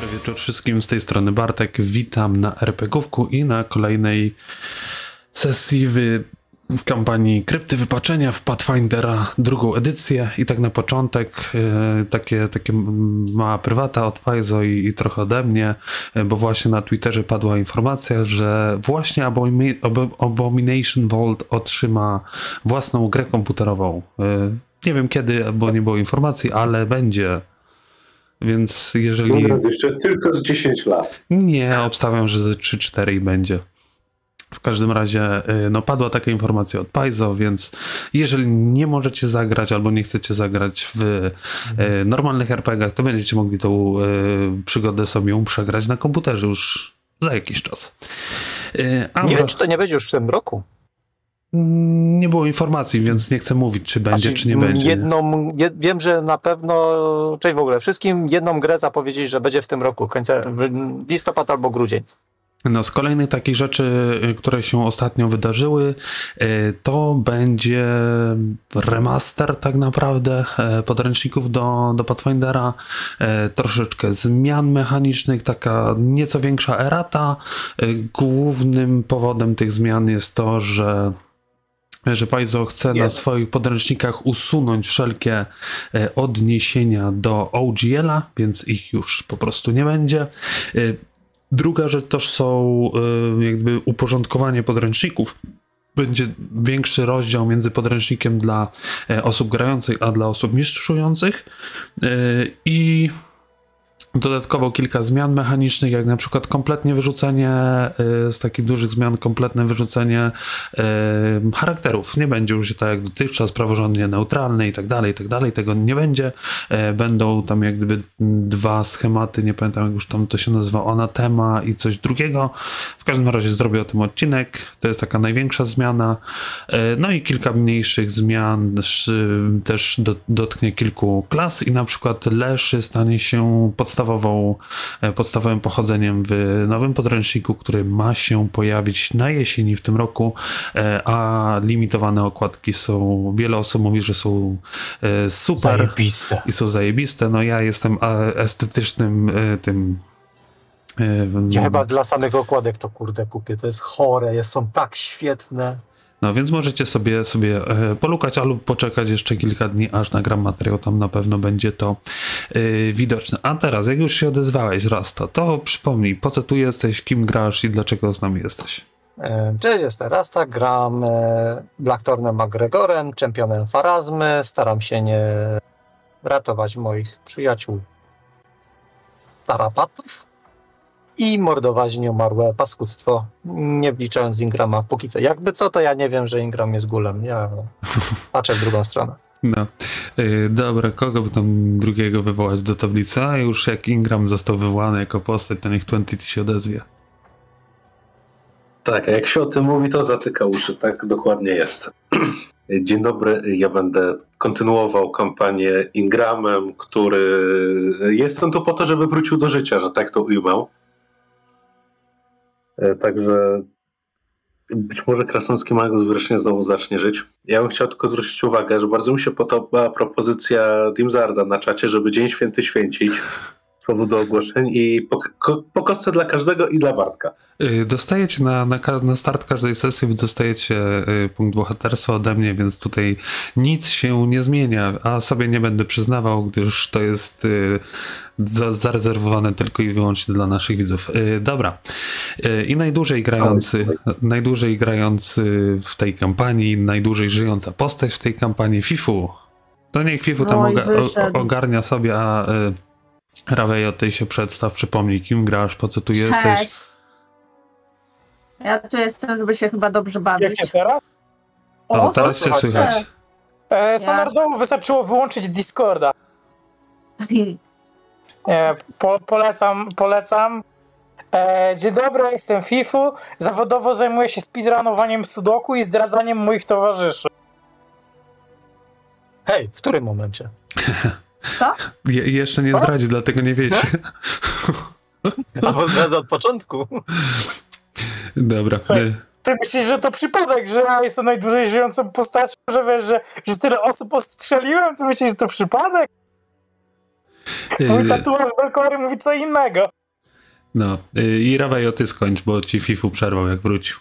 Dobry wieczór wszystkim, z tej strony Bartek. Witam na RPGówku i na kolejnej sesji w kampanii Krypty Wypaczenia w Pathfindera, drugą edycję. I tak na początek takie mała prywata od Paizo i trochę ode mnie, bo właśnie na Twitterze padła informacja, że właśnie Abomination Vault otrzyma własną grę komputerową. Nie wiem kiedy, bo nie było informacji, ale będzie. Więc jeżeli... Jeszcze tylko z 10 lat. Nie, obstawiam, że ze 3-4 i będzie. W każdym razie no, padła taka informacja od Paizo, więc jeżeli nie możecie zagrać albo nie chcecie zagrać w normalnych RPG-ach, to będziecie mogli tą przygodę sobie przegrać na komputerze już za jakiś czas. Nie wiem, czy to nie będzie już w tym roku. Nie było informacji, więc nie chcę mówić, czy będzie, czy nie będzie. Wiem, że na pewno, cześć w ogóle wszystkim, jedną grę zapowiedzieli, że będzie w tym roku, końca listopad albo grudzień. No, z kolejnych takich rzeczy, które się ostatnio wydarzyły, to będzie remaster tak naprawdę podręczników do Pathfindera, troszeczkę zmian mechanicznych, taka nieco większa errata. Głównym powodem tych zmian jest to, że Paizo chce na swoich podręcznikach usunąć wszelkie odniesienia do OGL-a, więc ich już po prostu nie będzie. Druga rzecz to są jakby uporządkowanie podręczników. Będzie większy rozdział między podręcznikiem dla osób grających, a dla osób mistrzujących. I dodatkowo kilka zmian mechanicznych, jak na przykład kompletnie wyrzucenie z takich dużych zmian, kompletne wyrzucenie charakterów. Nie będzie już tak jak dotychczas, praworządnie neutralny i tak dalej, tego nie będzie. Będą tam jak gdyby dwa schematy, nie pamiętam jak już tam to się nazywa, Anatema i coś drugiego. W każdym razie zrobię o tym odcinek, to jest taka największa zmiana. No i kilka mniejszych zmian też dotknie kilku klas i na przykład Leszy stanie się podstawowym pochodzeniem w nowym podręczniku, który ma się pojawić na jesieni w tym roku, a limitowane okładki są, wiele osób mówi, że są super zajebiste. I są zajebiste. No ja jestem estetycznym tym... Ja chyba dla samych okładek to kurde kupię, to jest chore, są tak świetne. No więc możecie sobie polukać, albo poczekać jeszcze kilka dni, aż nagram materiał, tam na pewno będzie to widoczne. A teraz, jak już się odezwałeś, Rasta, to przypomnij, po co tu jesteś, kim grasz i dlaczego z nami jesteś? Cześć, jestem Rasta, gram Blackthornem McGregorem, czempionem Farazmy, staram się nie ratować moich przyjaciół tarapatów i mordować nieumarłe paskudztwo, nie wliczając Ingrama póki co. Jakby co, to ja nie wiem, że Ingram jest gulem. Ja patrzę w drugą stronę. No, dobra, kogo by tam drugiego wywołać do tablicy? A już jak Ingram został wywołany jako postać, to niech 20 się odezwie. Tak, a jak się o tym mówi, to zatyka uszy. Tak dokładnie jest. Dzień dobry, ja będę kontynuował kampanię Ingramem, który jestem tu po to, żeby wrócił do życia, że tak to ujmę. Także być może Krasnoludzki Magus wreszcie znowu zacznie żyć. Ja bym chciał tylko zwrócić uwagę, że bardzo mi się podoba propozycja Dimzarda na czacie, żeby Dzień Święty święcić z powodu ogłoszeń i po kostce dla każdego i dla Bartka. Dostajecie na start każdej sesji dostajecie punkt bohaterstwa ode mnie, więc tutaj nic się nie zmienia, a sobie nie będę przyznawał, gdyż to jest zarezerwowane tylko i wyłącznie dla naszych widzów. Dobra. I najdłużej grający w tej kampanii, najdłużej żyjąca postać w tej kampanii, Fifu. To niech Fifu tam ogarnia sobie, a Rawej, od tej się przedstaw, przypomnij, kim grasz, po co tu jesteś. Ja tu jestem, żeby się chyba dobrze bawić. Jak się teraz? O, teraz się słychać. Standardowo wystarczyło wyłączyć Discorda. Polecam. Dzień dobry, jestem Fifu. Zawodowo zajmuję się speedrunowaniem sudoku i zdradzaniem moich towarzyszy. Hej, w którym momencie? Co? Jeszcze nie zdradzi, dlatego nie wiecie. Albo zdradza od początku. Dobra. Ty myślisz, że to przypadek, że ja jestem najdłużej żyjącą postacią, że wiesz, że tyle osób ostrzeliłem? Ty myślisz, że to przypadek? Mój tatuaż Belkory mówi co innego. No i Rawejo, ty skończ, bo ci Fifu przerwał jak wrócił.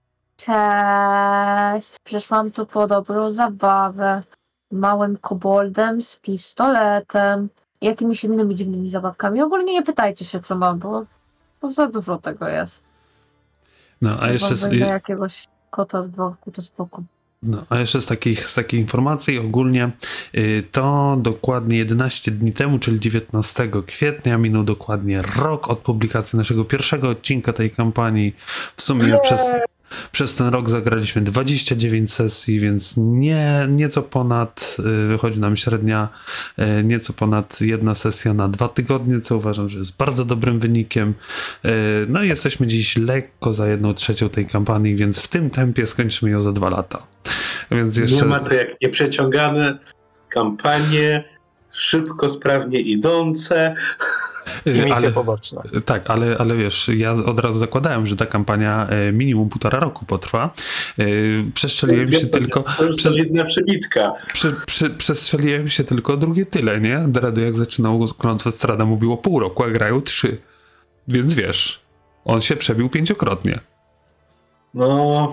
Cześć, przyszłam tu po dobrą zabawę. Małym koboldem z pistoletem i jakimiś innymi dziwnymi zabawkami. Ogólnie nie pytajcie się, co mam, bo za dużo tego jest. No, a jeszcze Mam jakiegoś kota z worku, to spoko. No, a jeszcze z takich informacji ogólnie to dokładnie 11 dni temu, czyli 19 kwietnia minął dokładnie rok od publikacji naszego pierwszego odcinka tej kampanii. W sumie przez ten rok zagraliśmy 29 sesji, więc nieco ponad, wychodzi nam średnia, nieco ponad jedna sesja na 2 tygodnie, co uważam, że jest bardzo dobrym wynikiem. No i jesteśmy dziś lekko za 1/3 tej kampanii, więc w tym tempie skończymy ją za 2 lata. Więc jeszcze... Nie ma to jak nieprzeciągane kampanie, szybko, sprawnie idące. I misje poboczne. Tak, ale wiesz, ja od razu zakładałem, że ta kampania minimum 1,5 roku potrwa. Przestrzeliłem się tylko... To już solidna przebitka. Przestrzeliłem się tylko drugie tyle, nie? Dredy jak zaczynał Klątwę Strada mówiło pół roku, a grają 3. Więc wiesz, on się przebił 5-krotnie. No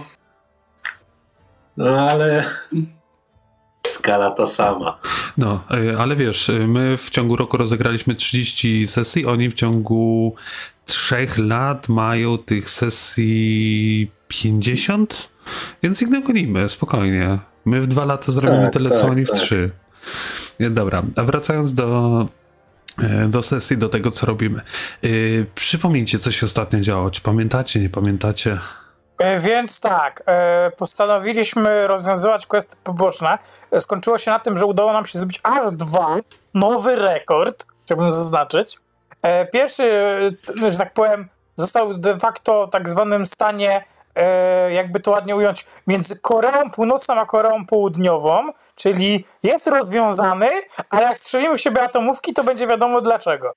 ale skala ta sama. No, ale wiesz, my w ciągu roku rozegraliśmy 30 sesji, oni w ciągu 3 lat mają tych sesji 50, więc ich dogonimy, spokojnie. My w 2 lata zrobimy tyle, co oni w 3. Dobra, a wracając do sesji, do tego, co robimy. Przypomnijcie, co się ostatnio działo. Czy pamiętacie, nie pamiętacie? Więc tak, postanowiliśmy rozwiązywać questy poboczne. Skończyło się na tym, że udało nam się zrobić aż 2, nowy rekord, chciałbym zaznaczyć. Pierwszy, że tak powiem, został de facto w tak zwanym stanie, jakby to ładnie ująć, między Koreą Północną a Koreą Południową, czyli jest rozwiązany, ale jak strzelimy w siebie atomówki, to będzie wiadomo dlaczego.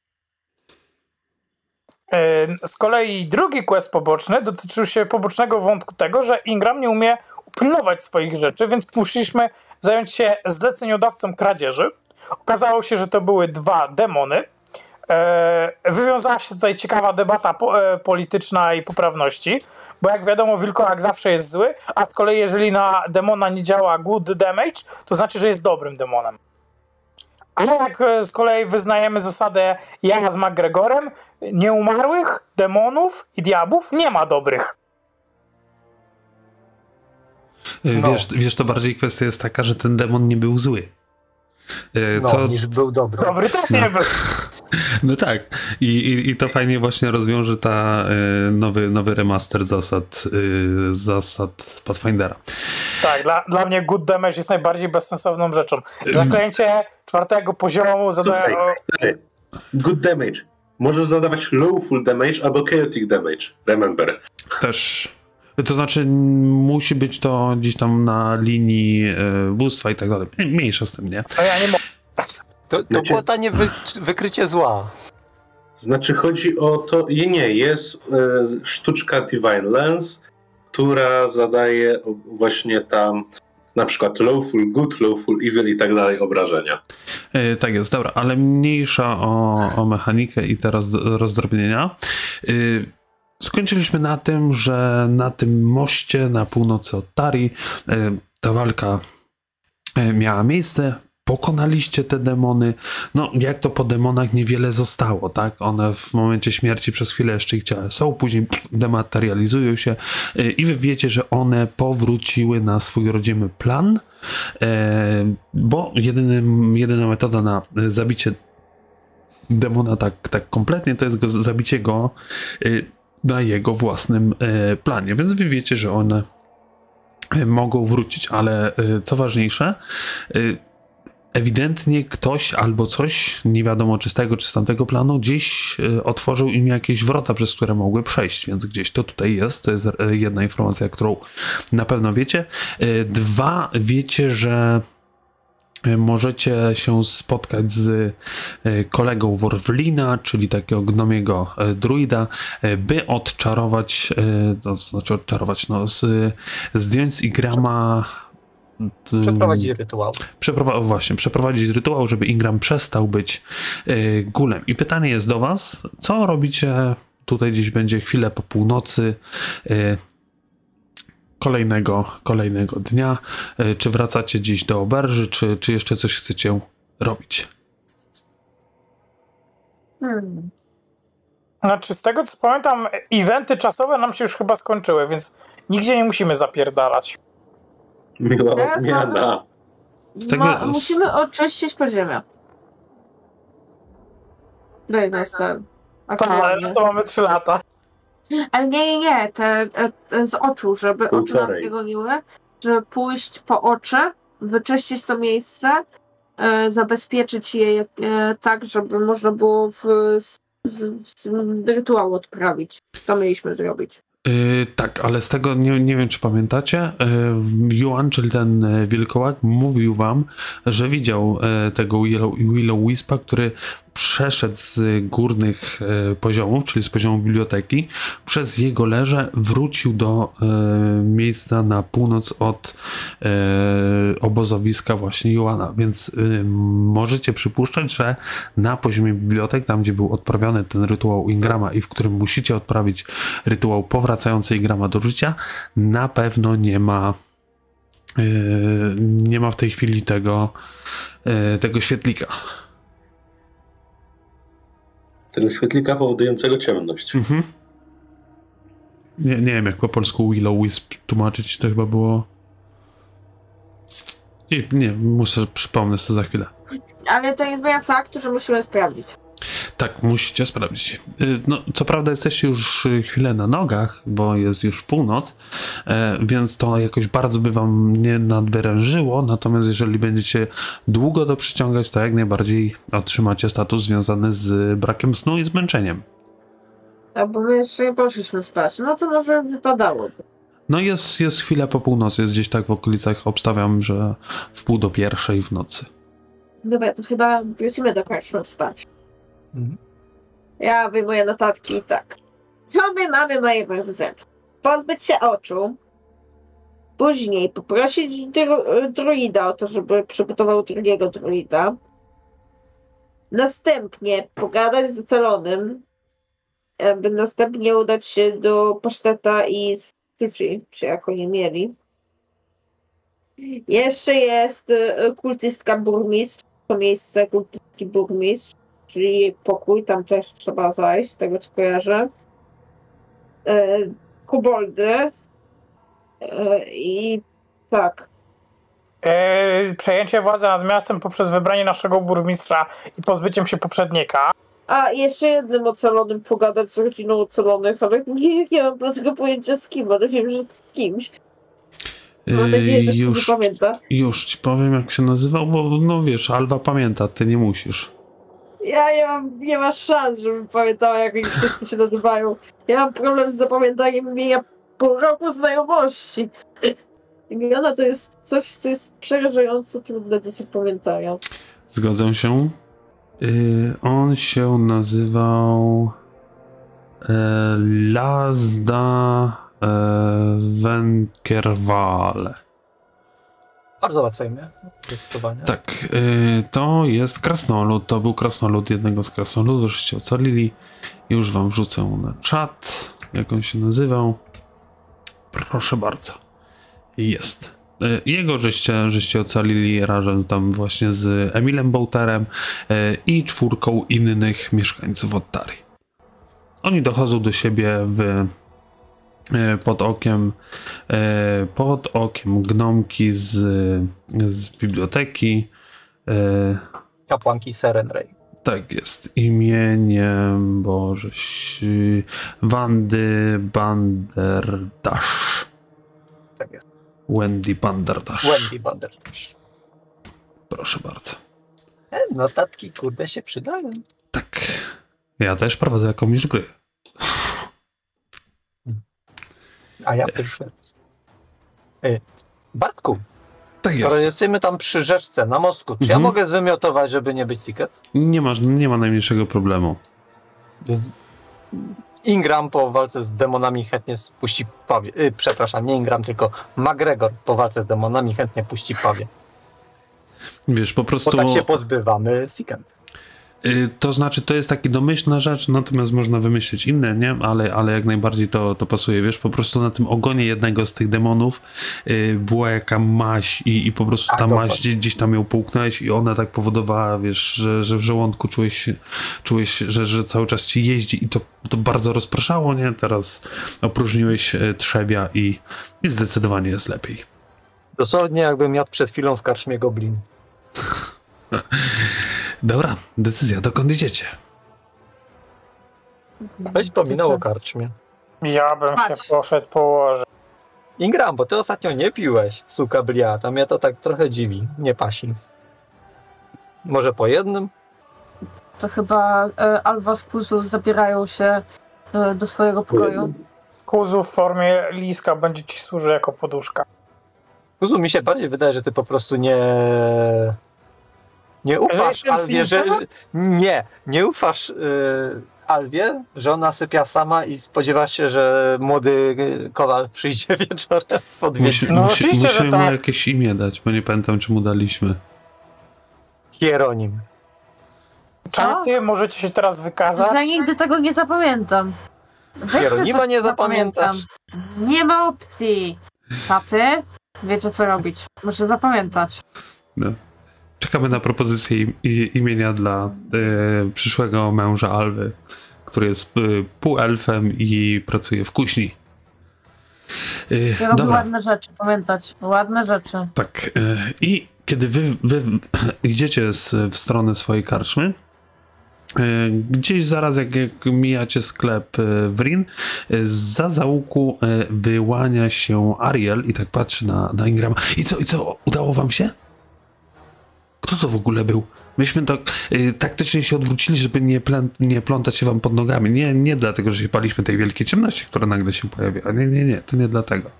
Z kolei drugi quest poboczny dotyczył się pobocznego wątku tego, że Ingram nie umie upilnować swoich rzeczy, więc musieliśmy zająć się zleceniodawcą kradzieży. Okazało się, że to były 2 demony. Wywiązała się tutaj ciekawa debata polityczna i poprawności, bo jak wiadomo wilkołak zawsze jest zły, a z kolei jeżeli na demona nie działa good damage, to znaczy, że jest dobrym demonem. Ale jak z kolei wyznajemy zasadę ja z McGregorem, nieumarłych, demonów i diabłów nie ma dobrych. Wiesz, to bardziej kwestia jest taka, że ten demon nie był zły. Niż był dobry. Dobry też nie był. No tak. I to fajnie właśnie rozwiąże ta nowy remaster zasad Pathfindera. Tak, dla mnie good damage jest najbardziej bezsensowną rzeczą. Zaklęcie 4. poziomu zadaje... Good damage. Możesz zadawać lawful damage albo chaotic damage. Remember. Też. To znaczy musi być to gdzieś tam na linii bóstwa i tak dalej. Mniejsza z tym, nie? A ja nie mogę. To było tanie wykrycie zła. Znaczy chodzi o to... jest sztuczka Divine Lens, która zadaje właśnie tam na przykład lawful good, lawful evil i tak dalej obrażenia. Tak jest, dobra, ale mniejsza o mechanikę i te rozdrobnienia. Skończyliśmy na tym, że na tym moście na północy od Tari ta walka miała miejsce. Pokonaliście te demony. No, jak to po demonach niewiele zostało, tak? One w momencie śmierci przez chwilę jeszcze ich ciała są, później dematerializują się i wy wiecie, że one powróciły na swój rodzimy plan, bo jedyna metoda na zabicie demona tak kompletnie to jest zabicie go na jego własnym planie, więc wy wiecie, że one mogą wrócić, ale co ważniejsze, ewidentnie ktoś albo coś, nie wiadomo czy z tego, czy z tamtego planu, gdzieś otworzył im jakieś wrota, przez które mogły przejść, więc gdzieś to tutaj jest. To jest jedna informacja, którą na pewno wiecie. 2, wiecie, że możecie się spotkać z kolegą Worwlina, czyli takiego gnomiego druida, by odczarować, to znaczy odczarować, zdjąć z Ingrama Przeprowadzić rytuał. Przeprowadzić rytuał, żeby Ingram przestał być gulem. I pytanie jest do was, co robicie tutaj gdzieś będzie chwilę po północy kolejnego dnia. Czy wracacie gdzieś do oberży, czy jeszcze coś chcecie robić? Znaczy, z tego co pamiętam, eventy czasowe nam się już chyba skończyły, więc nigdzie nie musimy zapierdalać. Miła odmiana. Musimy oczyścić podziemia. Do jednej sceny. Ale to mamy 3 lata. Ale nie. Z oczu, żeby oczy nas nie goniły, żeby pójść po oczy, wyczyścić to miejsce, zabezpieczyć je tak, żeby można było rytuał odprawić. To mieliśmy zrobić. Tak, ale z tego nie wiem, czy pamiętacie, Yuan, czyli ten wilkołak, mówił wam, że widział tego Will-O-Wispa, który przeszedł z górnych poziomów, czyli z poziomu biblioteki, przez jego leże wrócił do miejsca na północ od obozowiska właśnie Yuana, więc możecie przypuszczać, że na poziomie bibliotek, tam gdzie był odprawiony ten rytuał Ingrama i w którym musicie odprawić rytuał powracający Ingrama do życia, na pewno nie ma w tej chwili tego świetlika. Tego świetlika powodującego ciemność. Mhm. Nie wiem, jak po polsku Will-O-Wisp tłumaczyć, to chyba było... Nie, muszę przypomnieć to za chwilę. Ale to nie zmienia faktu, że musimy sprawdzić. Tak, musicie sprawdzić. No, co prawda jesteście już chwilę na nogach, bo jest już północ, więc to jakoś bardzo by wam nie nadwyrężyło, natomiast jeżeli będziecie długo to przyciągać, to jak najbardziej otrzymacie status związany z brakiem snu i zmęczeniem. A bo my jeszcze nie poszliśmy spać, no to może wypadałoby. No jest chwila po północy, jest gdzieś tak w okolicach, obstawiam, że w 12:30 w nocy. Dobra, to chyba wrócimy do karczmy spać. Ja wyjmuję notatki i tak. Co my mamy, moje drodzy? Pozbyć się oczu. Później poprosić druida o to, żeby przygotował drugiego druida. Następnie pogadać z ocalonym, aby następnie udać się do paszteta i sushi, czy jak oni mieli. Jeszcze jest kultystka burmistrz, to miejsce kultystki burmistrz, czyli pokój, tam też trzeba zajść, z tego co kojarzę. Koboldy. I tak. Przejęcie władzy nad miastem poprzez wybranie naszego burmistrza i pozbyciem się poprzednika. A jeszcze jednym ocalonym pogadać z rodziną ocalonych, ale nie mam do tego pojęcia z kim, ale wiem, że z kimś. Mam nadzieję, że ktoś pamięta. Już ci powiem, jak się nazywał, bo no wiesz, Alwa pamięta, ty nie musisz. Ja nie ma szans, żebym pamiętała, jak oni wszyscy się nazywają. Ja mam problem z zapamiętaniem imienia po roku znajomości. Imiona to jest coś, co jest przerażająco trudne do zapamiętania. Zgadzam się. On się nazywał Lazda Wenkerwale. Bardzo łatwe imię, zdecydowanie. Tak, to jest krasnolud, to był krasnolud jednego z krasnoludów, żeście ocalili. Już wam wrzucę na czat, jak on się nazywał. Proszę bardzo. Jest. Jego żeście ocalili razem tam właśnie z Emilem Bouterem i 4 innych mieszkańców Ottary. Oni dochodzą do siebie pod okiem gnomki z biblioteki. Kapłanki Serenray. Tak jest. Imieniem Wandy Banderdash. Tak jest. Wendy Banderdash. Wendy Banderdash. Proszę bardzo. Notatki, kurde, się przydają. Tak. Ja też prowadzę jakąś gry. A ja pierwszy raz. Bartku. Tak jest. Skoro jesteśmy tam przy rzeczce, na mostku, czy ja mogę zwymiotować, żeby nie być secret? Nie ma najmniejszego problemu. Ingram po walce z demonami chętnie puści pawie. Przepraszam, nie Ingram, tylko McGregor po walce z demonami chętnie puści pawie. Wiesz, po prostu... Bo tak się pozbywamy Sikend. To znaczy, to jest taki domyślna rzecz, natomiast można wymyślić inne, nie? Ale jak najbardziej to pasuje, wiesz, po prostu na tym ogonie jednego z tych demonów była jaka maź i po prostu ta maź gdzieś tam ją połknąłeś i ona tak powodowała, wiesz, że w żołądku czułeś, że cały czas ci jeździ i to bardzo rozpraszało, nie? Teraz opróżniłeś trzewia i zdecydowanie jest lepiej. Dosłownie jakbym jadł przed chwilą w karczmie goblin. Dobra, decyzja, dokąd idziecie? Weź wspominał o karczmie. Ja bym się poszedł położyć. Ingram, bo ty ostatnio nie piłeś, suka blia. Tam mnie to tak trochę dziwi. Nie pasi. Może po jednym? To chyba Alwa z Kuzu zabierają się do swojego pokoju. Kuzu w formie liska będzie ci służył jako poduszka. Kuzu, mi się bardziej wydaje, że ty po prostu nie ufasz Alwie, że... Nie ufasz Alwie, że ona sypia sama i spodziewasz się, że młody kowal przyjdzie wieczorem odwiedzić. Musimy mu jakieś imię dać, bo nie pamiętam, czy mu daliśmy. Hieronim. Czaty, możecie się teraz wykazać? Ja nigdy tego nie zapamiętam. Hieronima nie zapamiętasz? Nie ma opcji. Czaty, wiecie co robić. Muszę zapamiętać. No. Czekamy na propozycję imienia dla przyszłego męża Alwy, który jest półelfem i pracuje w kuźni. Robi ładne rzeczy, pamiętać. Ładne rzeczy. Tak. I kiedy wy idziecie w stronę swojej karczmy, gdzieś zaraz jak mijacie sklep Wrin, zza zaułku wyłania się Ariel i tak patrzy na Ingrama. I co? Udało wam się? Kto to w ogóle był? Myśmy tak taktycznie się odwrócili, żeby nie plątać się wam pod nogami. Nie dlatego, że się baliśmy tej wielkiej ciemności, która nagle się pojawiła. Nie, to nie dlatego.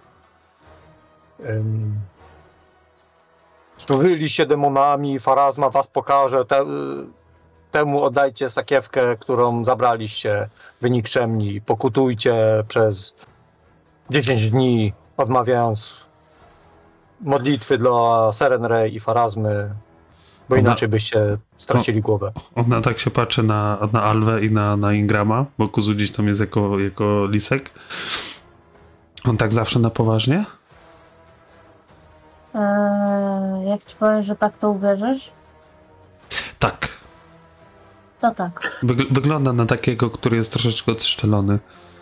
Służyliście demonami, Farazma was pokaże, temu oddajcie sakiewkę, którą zabraliście, wy nikczemni, pokutujcie przez 10 dni, odmawiając modlitwy dla Serenray i Farazmy, bo inaczej byście stracili głowę. Ona tak się patrzy na Alwę i na Ingrama, bo Kuzu gdzieś tam jest jako lisek. On tak zawsze na poważnie? Jak ci powiem, że tak to uwierzysz? Tak. To tak. Wygląda na takiego, który jest troszeczkę odstrzelony.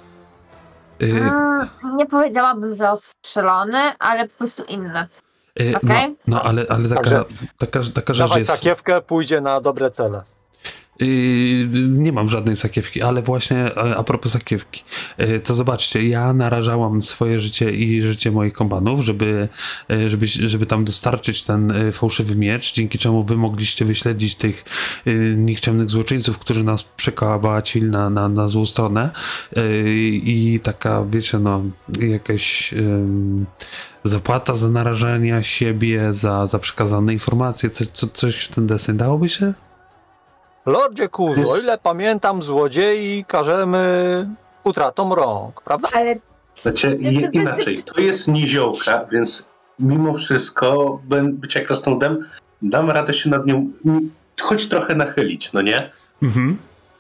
Nie powiedziałabym, że ostrzelony, ale po prostu inny. Okay? No ale taka rzecz dawaj jest... sakiewkę, pójdzie na dobre cele. Nie mam żadnej sakiewki, ale właśnie a propos sakiewki, to zobaczcie, ja narażałam swoje życie i życie moich kompanów, żeby tam dostarczyć ten fałszywy miecz, dzięki czemu wy mogliście wyśledzić tych nikczemnych złoczyńców, którzy nas przekałabacili na złą stronę i taka, wiecie, no jakaś zapłata za narażenie siebie, za przekazane informacje, coś w ten deseń dałoby się? Lordzie Kuzu, o ile pamiętam, złodziei karzemy utratą rąk, prawda? Ale... Znaczy, inaczej, to jest niziołka, więc mimo wszystko, bycia krasnoludem, dam radę się nad nią choć trochę nachylić, no nie? Mhm.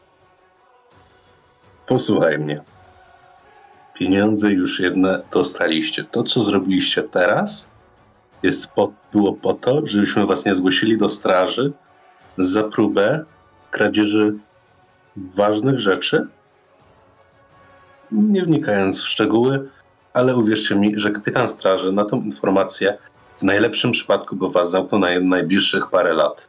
Posłuchaj mnie. Pieniądze już jedne dostaliście. To, co zrobiliście teraz, było po to, żebyśmy was nie zgłosili do straży za próbę kradzieży ważnych rzeczy, nie wnikając w szczegóły, ale uwierzcie mi, że kapitan straży na tą informację w najlepszym przypadku by was zamknął na najbliższych parę lat.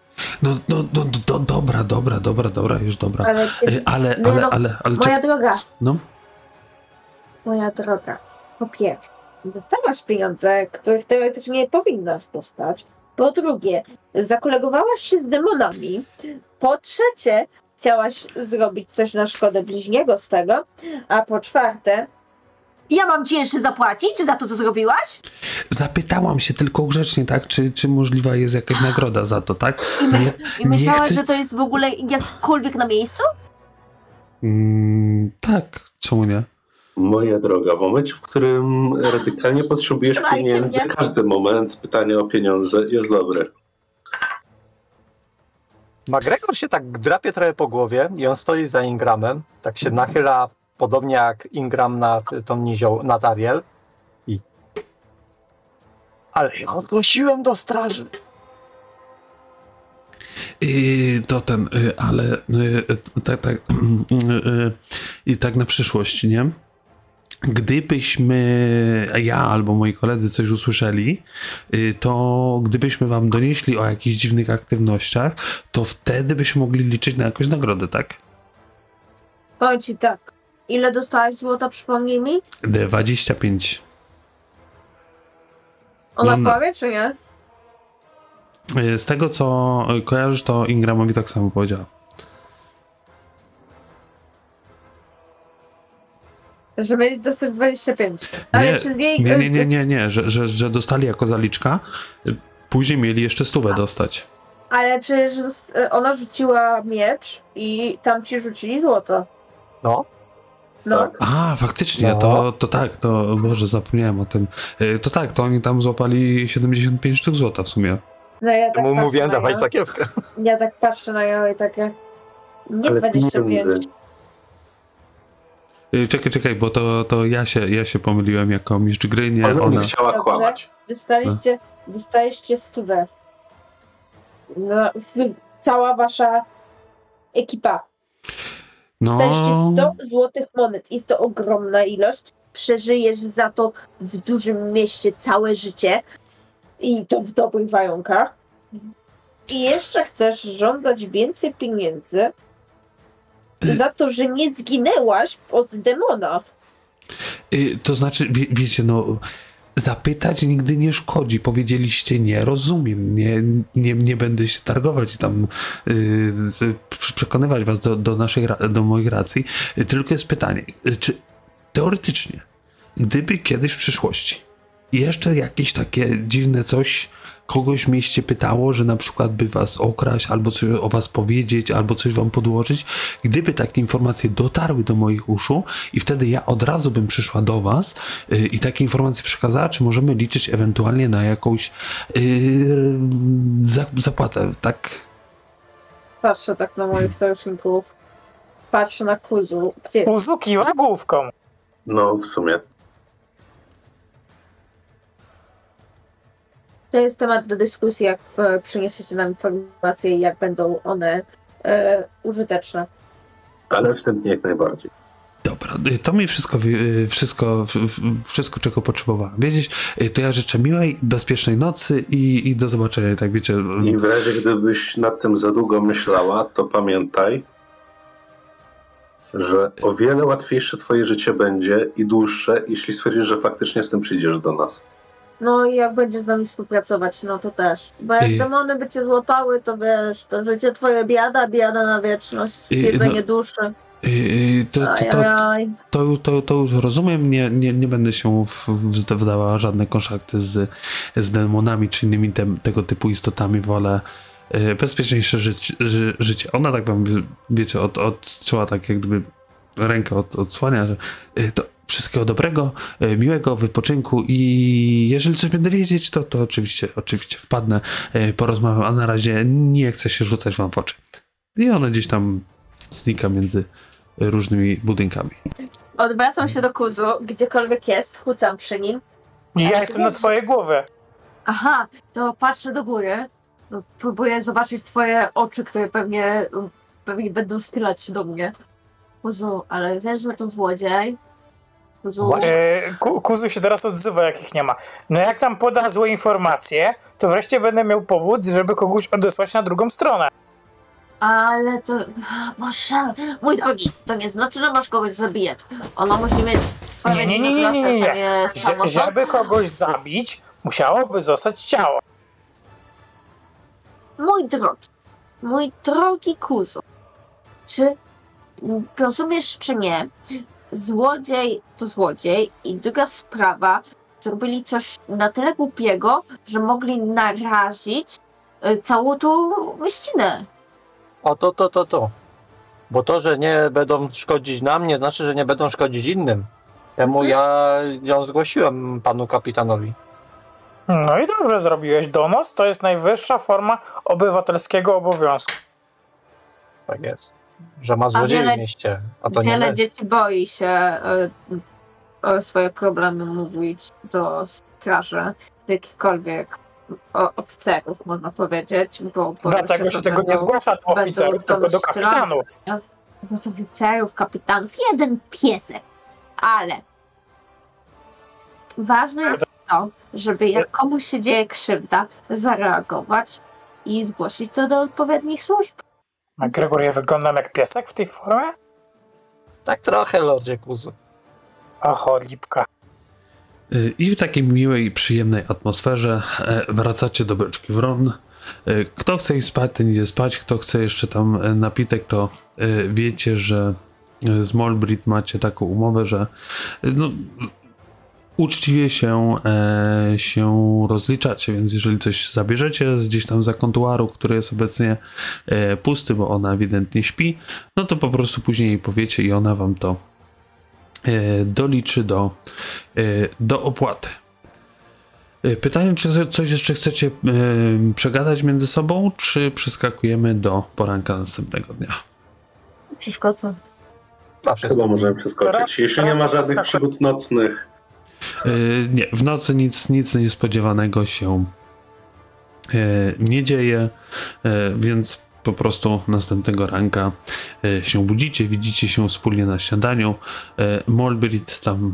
Dobra, już dobra. Ale moja droga. No? Moja droga, po pierwsze, dostałaś pieniądze, których teoretycznie nie powinnaś dostać. Po drugie, zakolegowałaś się z demonami. Po trzecie, chciałaś zrobić coś na szkodę bliźniego z tego. A po czwarte, ja mam ci jeszcze zapłacić za to, co zrobiłaś? Zapytałam się tylko grzecznie, tak? Czy możliwa jest jakaś nagroda za to, tak? I myślałaś, że to jest w ogóle jakkolwiek na miejscu? Tak, czemu nie? Moja droga, w momencie, w którym radykalnie potrzebujesz Trzymajcie pieniędzy, mnie. każdy moment pytanie o pieniądze jest dobre. McGregor się tak drapie trochę po głowie i on stoi za Ingramem, tak się nachyla podobnie jak Ingram nad tą nad Ariel. Ale ja zgłosiłem do straży. Ale i tak na przyszłość, nie? Gdybyśmy, ja albo moi koledzy coś usłyszeli, to gdybyśmy wam donieśli o jakichś dziwnych aktywnościach, to wtedy byśmy mogli liczyć na jakąś nagrodę, tak? Powiem ci tak. Ile dostałeś złota, przypomnij mi? 25. Ona No, powie, czy nie? Z tego, co kojarzysz, to Ingramowi tak samo powiedziała. Że mieli dostać 25. Ale Nie, czy z jej... nie, że dostali jako zaliczka, później mieli jeszcze 100 dostać. Ale przecież ona rzuciła miecz i tam ci rzucili złoto. No. No. Tak. A, faktycznie, No. to tak, to Boże, zapomniałem o tym. To tak, to oni tam złapali 75 sztuk złota w sumie. No ja tak Mu patrzę mówiłem, na dawaj nią. sakiewkę. Ja tak patrzę na nią i takie... Nie Ale 25. pieniędzy. Czekaj, bo to ja się pomyliłem jako mistrz gry, nie Ona nie ona. chciała Dobrze. kłamać. Dostaliście 100. No, cała wasza ekipa. Dostaliście No, 100 złotych monet. Jest to ogromna ilość. Przeżyjesz za to w dużym mieście całe życie. I to w dobrych warunkach. I jeszcze chcesz żądać więcej pieniędzy za to, że nie zginęłaś od demona. to znaczy, wiecie, no, zapytać nigdy nie szkodzi. Powiedzieliście nie, rozumiem, nie będę się targować i tam przekonywać was do moich racji. Tylko jest pytanie, czy teoretycznie, gdyby kiedyś w przyszłości jeszcze jakieś takie dziwne coś kogoś w mieście pytało, że na przykład by was okraść, albo coś o was powiedzieć, albo coś wam podłożyć, gdyby takie informacje dotarły do moich uszu i wtedy ja od razu bym przyszła do was i takie informacje przekazała, czy możemy liczyć ewentualnie na jakąś zapłatę, tak? Patrzę tak na moich sojuszników. Patrzę na Kuzu. Gdzie jest? Kuzu kiwa główką. No, w sumie. To jest temat do dyskusji, jak przyniesiecie nam informacje i jak będą one użyteczne. Ale wstępnie jak najbardziej. Dobra, to mi wszystko, czego potrzebowałem wiedzieć. To ja życzę miłej, bezpiecznej nocy i do zobaczenia, tak wiecie. I w razie gdybyś nad tym za długo myślała, to pamiętaj, że o wiele łatwiejsze twoje życie będzie i dłuższe, jeśli stwierdzisz, że faktycznie z tym przyjdziesz do nas. No i jak będziesz z nami współpracować, no to też. Bo jak demony by cię złapały, to wiesz, to życie twoje biada na wieczność, jedzenie duszy. To już rozumiem, nie będę się wdawała żadne kontakty z demonami czy innymi tego typu istotami, wolę bezpieczniejsze życie. Ona tak wam, wiecie, odczuła tak jak gdyby rękę odsłania, że to wszystkiego dobrego, miłego wypoczynku i jeżeli coś będę wiedzieć, to oczywiście wpadnę, porozmawiam, a na razie nie chcę się rzucać wam w oczy. I ona gdzieś tam znika między różnymi budynkami. Odwracam się do Kuzu, gdziekolwiek jest, chucam przy nim. Ja jestem na twojej głowie. Aha, to patrzę do góry. No, próbuję zobaczyć twoje oczy, które pewnie będą skylać się do mnie. Kuzu, ale wiesz, że to złodziej? Kuzu. Kuzu się teraz odzywa, jak ich nie ma. No jak nam poda złe informacje, to wreszcie będę miał powód, żeby kogoś odesłać na drugą stronę. Ale to... Boże, mój drogi, to nie znaczy, że masz kogoś zabijać. Ona musi mieć... Nie. Żeby kogoś zabić, musiałoby zostać ciało. Mój drogi Kuzu, czy rozumiesz, czy nie? Złodziej to złodziej i druga sprawa, zrobili coś na tyle głupiego, że mogli narazić całą tą mieścinę. O, to. Bo to, że nie będą szkodzić nam, nie znaczy, że nie będą szkodzić innym. Temu ja ją zgłosiłem panu kapitanowi. No i dobrze zrobiłeś. Donos to jest najwyższa forma obywatelskiego obowiązku. Tak jest. Że ma złodziei w mieście, a to nie Wiele my. dzieci boi się o swoje problemy mówić do straży, do jakichkolwiek oficerów, można powiedzieć. Bo Dlatego się tego nie zgłasza do oficerów, tylko do kapitanów. Do oficerów, kapitanów. Jeden piesek. Ale ważne jest to, żeby jak komuś się dzieje krzywda, zareagować i zgłosić to do odpowiednich służb. A Gregor, ja wyglądam jak piesek w tej formie? Tak trochę, Lordzie Kuzu. Oho, lipka. I w takiej miłej i przyjemnej atmosferze wracacie do beczki Wron. Kto chce iść spać, ten idzie spać. Kto chce jeszcze tam napitek, to wiecie, że z Molbrit macie taką umowę, że no, uczciwie się rozliczacie, więc jeżeli coś zabierzecie z gdzieś tam za kontuaru, który jest obecnie pusty, bo ona ewidentnie śpi, no to po prostu później jej powiecie i ona wam to doliczy do opłaty. Pytanie, czy coś jeszcze chcecie przegadać między sobą, czy przeskakujemy do poranka następnego dnia? Przeszkodzę. Chyba możemy przeskoczyć. Jeśli nie ma żadnych przygód nocnych. Nie, w nocy nic niespodziewanego się nie dzieje, więc po prostu następnego ranka się budzicie, widzicie się wspólnie na śniadaniu. Molbrit tam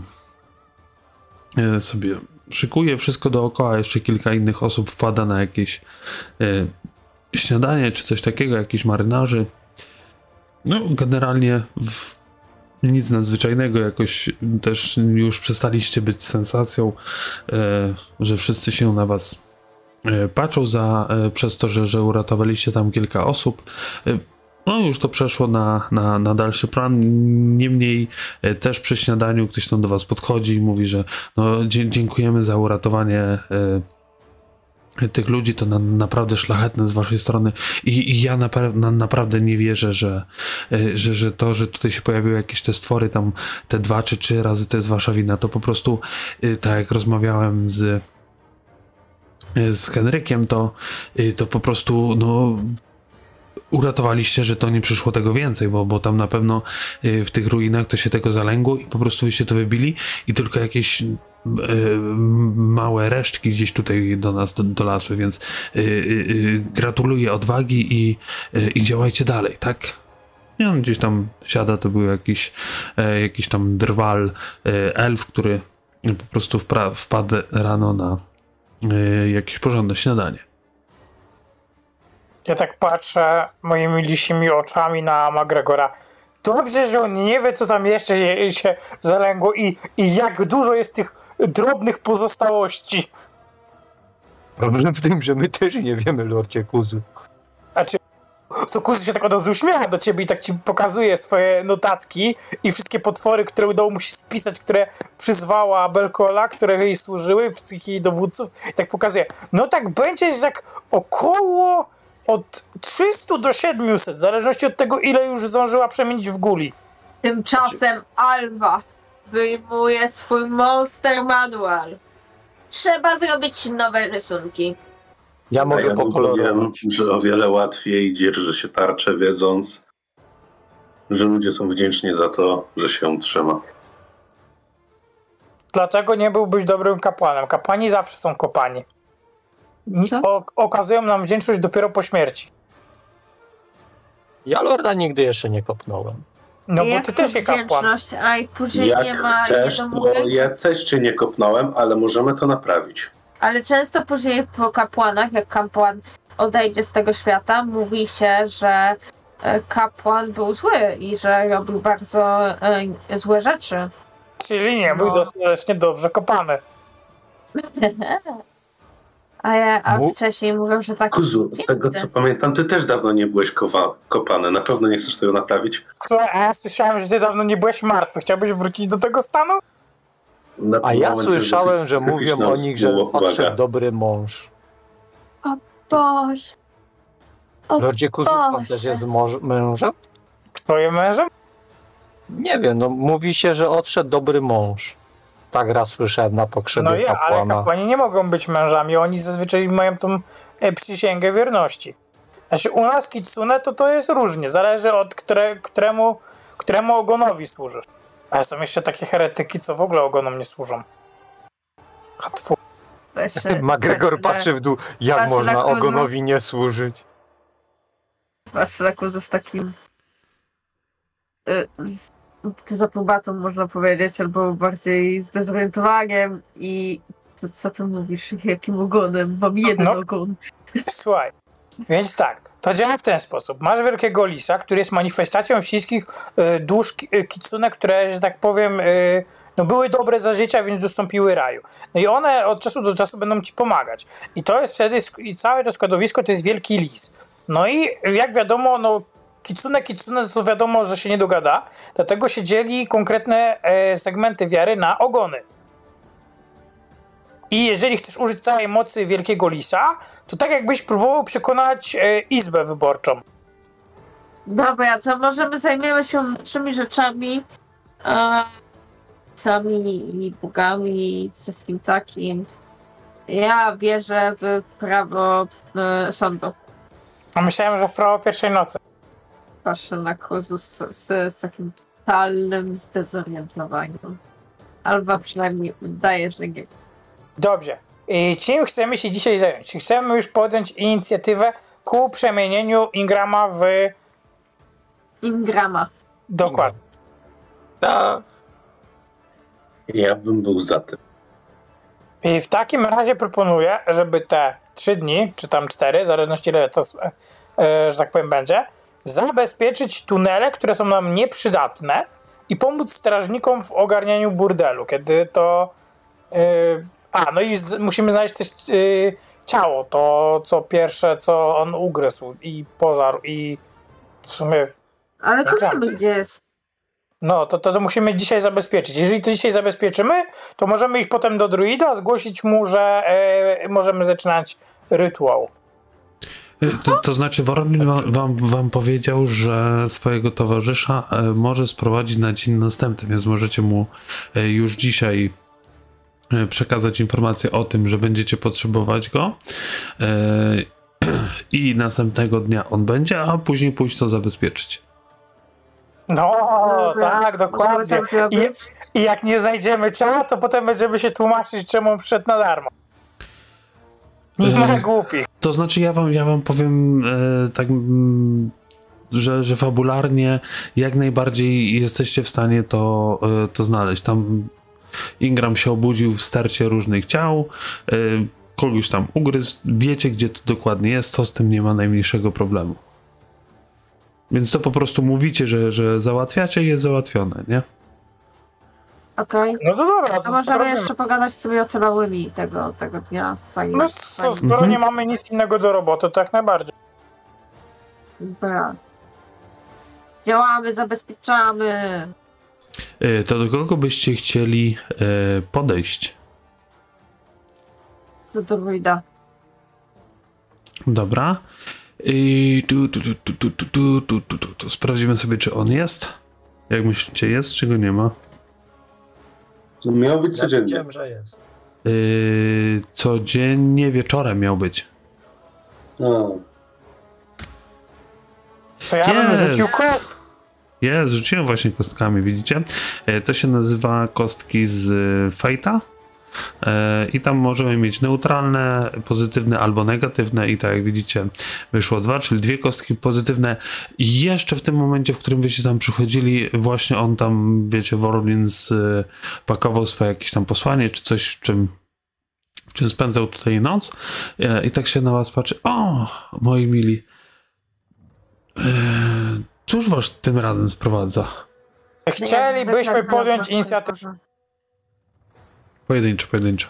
sobie szykuje wszystko dookoła, jeszcze kilka innych osób wpada na jakieś śniadanie czy coś takiego, jakichś marynarzy. No, generalnie nic nadzwyczajnego, jakoś też już przestaliście być sensacją, że wszyscy się na was patrzą przez to, że uratowaliście tam kilka osób. No już to przeszło na dalszy plan. Niemniej też przy śniadaniu ktoś tam do was podchodzi i mówi, że no, dziękujemy za uratowanie tych ludzi, to naprawdę szlachetne z waszej strony i ja naprawdę nie wierzę, że to, że tutaj się pojawiły jakieś te stwory tam te 2 czy 3 razy, to jest wasza wina. To po prostu tak jak rozmawiałem z Henrykiem, to po prostu no uratowaliście, że to nie przyszło tego więcej, bo tam na pewno w tych ruinach to się tego zalęgło i po prostu wyście to wybili i tylko jakieś małe resztki gdzieś tutaj do nas dolasły, więc gratuluję odwagi i działajcie dalej, tak? I on gdzieś tam siada, to był jakiś tam drwal, elf, który po prostu wpadł rano na jakieś porządne śniadanie. Ja tak patrzę moimi lisimi oczami na McGregora. Dobrze, że on nie wie, co tam jeszcze się zalęgło i jak dużo jest tych drobnych pozostałości. Problem w tym, że my też nie wiemy, Lordzie Kuzu. Znaczy, to Kuzu się tak od razu uśmiecha do ciebie i tak ci pokazuje swoje notatki i wszystkie potwory, które udało mu się spisać, które przyzwała Belkola, które jej służyły, wszystkich jej dowódców i tak pokazuje. No tak będzie, że tak około od 300 do 700, w zależności od tego, ile już zdążyła przemienić w guli. Tymczasem Alwa wyjmuje swój Monster Manual. Trzeba zrobić nowe rysunki. Ja mogę pokolorować. Że o wiele łatwiej dzierży się tarczę, wiedząc, że ludzie są wdzięczni za to, że się ją trzyma. Dlaczego nie byłbyś dobrym kapłanem? Kapłani zawsze są kopani. Okazują nam wdzięczność dopiero po śmierci. Ja Lorda nigdy jeszcze nie kopnąłem. No bo ty też jest kapłan. A i później Jak nie ma chcesz, to ja też cię nie kopnąłem, ale możemy to naprawić. Ale często później po kapłanach, jak kapłan odejdzie z tego świata, mówi się, że kapłan był zły i że robił bardzo złe rzeczy. Czyli nie był dostatecznie dobrze kopany. A wcześniej mówią, że tak... Kuzu, z tego co pamiętam, ty też dawno nie byłeś kopany. Na pewno nie chcesz tego naprawić? Ja słyszałem, że ty dawno nie byłeś martwy. Chciałbyś wrócić do tego stanu? A ja słyszałem, że mówią o nich, że odszedł dobry mąż. O Boże. Lordzie Kuzu, pan też jest mężem? Twoim mężem? Nie wiem, no mówi się, że odszedł dobry mąż. Tak raz słyszałem na pogrzebie No ja, ale kapłana. kapłani nie mogą być mężami, oni zazwyczaj mają tą przysięgę wierności. Znaczy u nas kitsune to jest różnie, zależy od któremu ogonowi służysz. Ale są jeszcze takie heretyki, co w ogóle ogonom nie służą. Hatfu. MacGregor patrzy w dół, jak patrzy można na Kuzu. ogonowi nie służyć. Patrzę na Kuzu z takim z aprobatą, można powiedzieć, albo bardziej zdezorientowaniem i co ty mówisz, jakim ogonem? Mam jeden ogon. Słuchaj, więc tak, to działa w ten sposób. Masz wielkiego lisa, który jest manifestacją wszystkich dusz kitsune, które, że tak powiem, no były dobre za życia, więc dostąpiły raju. No i one od czasu do czasu będą ci pomagać. I to jest wtedy, i całe to składowisko to jest wielki lis. No i jak wiadomo, no kitsune to wiadomo, że się nie dogada, dlatego się dzieli konkretne segmenty wiary na ogony. I jeżeli chcesz użyć całej mocy wielkiego lisa, to tak jakbyś próbował przekonać izbę wyborczą. Dobra, to możemy zajmiemy się naszymi rzeczami, sami i bogami i wszystkim takim. Ja wierzę w prawo sądu. A myślałem, że w prawo pierwszej nocy. Patrzę na Kuzu z takim totalnym zdezorientowaniem. Albo przynajmniej udaje, że nie. Dobrze. I czym chcemy się dzisiaj zająć? Chcemy już podjąć inicjatywę ku przemienieniu Ingrama w... Ingrama. Dokładnie. Tak. Ja bym był za tym. I w takim razie proponuję, żeby te 3 dni, czy tam 4, w zależności ile to, że tak powiem, będzie, zabezpieczyć tunele, które są nam nieprzydatne i pomóc strażnikom w ogarnianiu burdelu, kiedy to... no i musimy znaleźć też ciało, to co pierwsze, co on ugryzł i pożarł i w sumie... Ale to wiemy, gdzie jest. No, to musimy dzisiaj zabezpieczyć. Jeżeli to dzisiaj zabezpieczymy, to możemy iść potem do druida, zgłosić mu, że możemy zaczynać rytuał. To znaczy Wormin wam powiedział, że swojego towarzysza może sprowadzić na dzień następny, więc możecie mu już dzisiaj przekazać informację o tym, że będziecie potrzebować go i następnego dnia on będzie, a później pójść to zabezpieczyć. No, Dobra, tak, dokładnie. tak zrobić? I jak nie znajdziemy ciała, to potem będziemy się tłumaczyć, czemu on wszedł na darmo. Nie ma głupich. To znaczy ja wam powiem tak, że fabularnie jak najbardziej jesteście w stanie to znaleźć. Tam Ingram się obudził w stercie różnych ciał, kogoś tam ugryzł, wiecie gdzie to dokładnie jest, to z tym nie ma najmniejszego problemu. Więc to po prostu mówicie, że załatwiacie i jest załatwione, nie? Okej. No to dobra. A możemy jeszcze pogadać sobie ocalałymi tego dnia. No skoro nie mamy nic innego do roboty, to jak najbardziej. Dobra. Działamy, zabezpieczamy. To do kogo byście chcieli podejść? Co do druida. Dobra. I tu. Sprawdzimy sobie, czy on jest. Jak myślicie, jest, czy go nie ma? Miał być Ja codziennie. wiedziałem, że jest. Codziennie wieczorem miał być. To ja bym rzucił quest. Jest, rzuciłem właśnie kostkami, widzicie? To się nazywa kostki z Fate'a. I tam możemy mieć neutralne, pozytywne albo negatywne i tak jak widzicie wyszło 2, czyli 2 kostki pozytywne i jeszcze w tym momencie, w którym wyście tam przychodzili, właśnie on tam, wiecie, Wormin pakował swoje jakieś tam posłanie, czy coś, w czym spędzał tutaj noc i tak się na was patrzy. O, moi mili, cóż was tym razem sprowadza? Chcielibyśmy podjąć inicjatywę. Pojedynczo.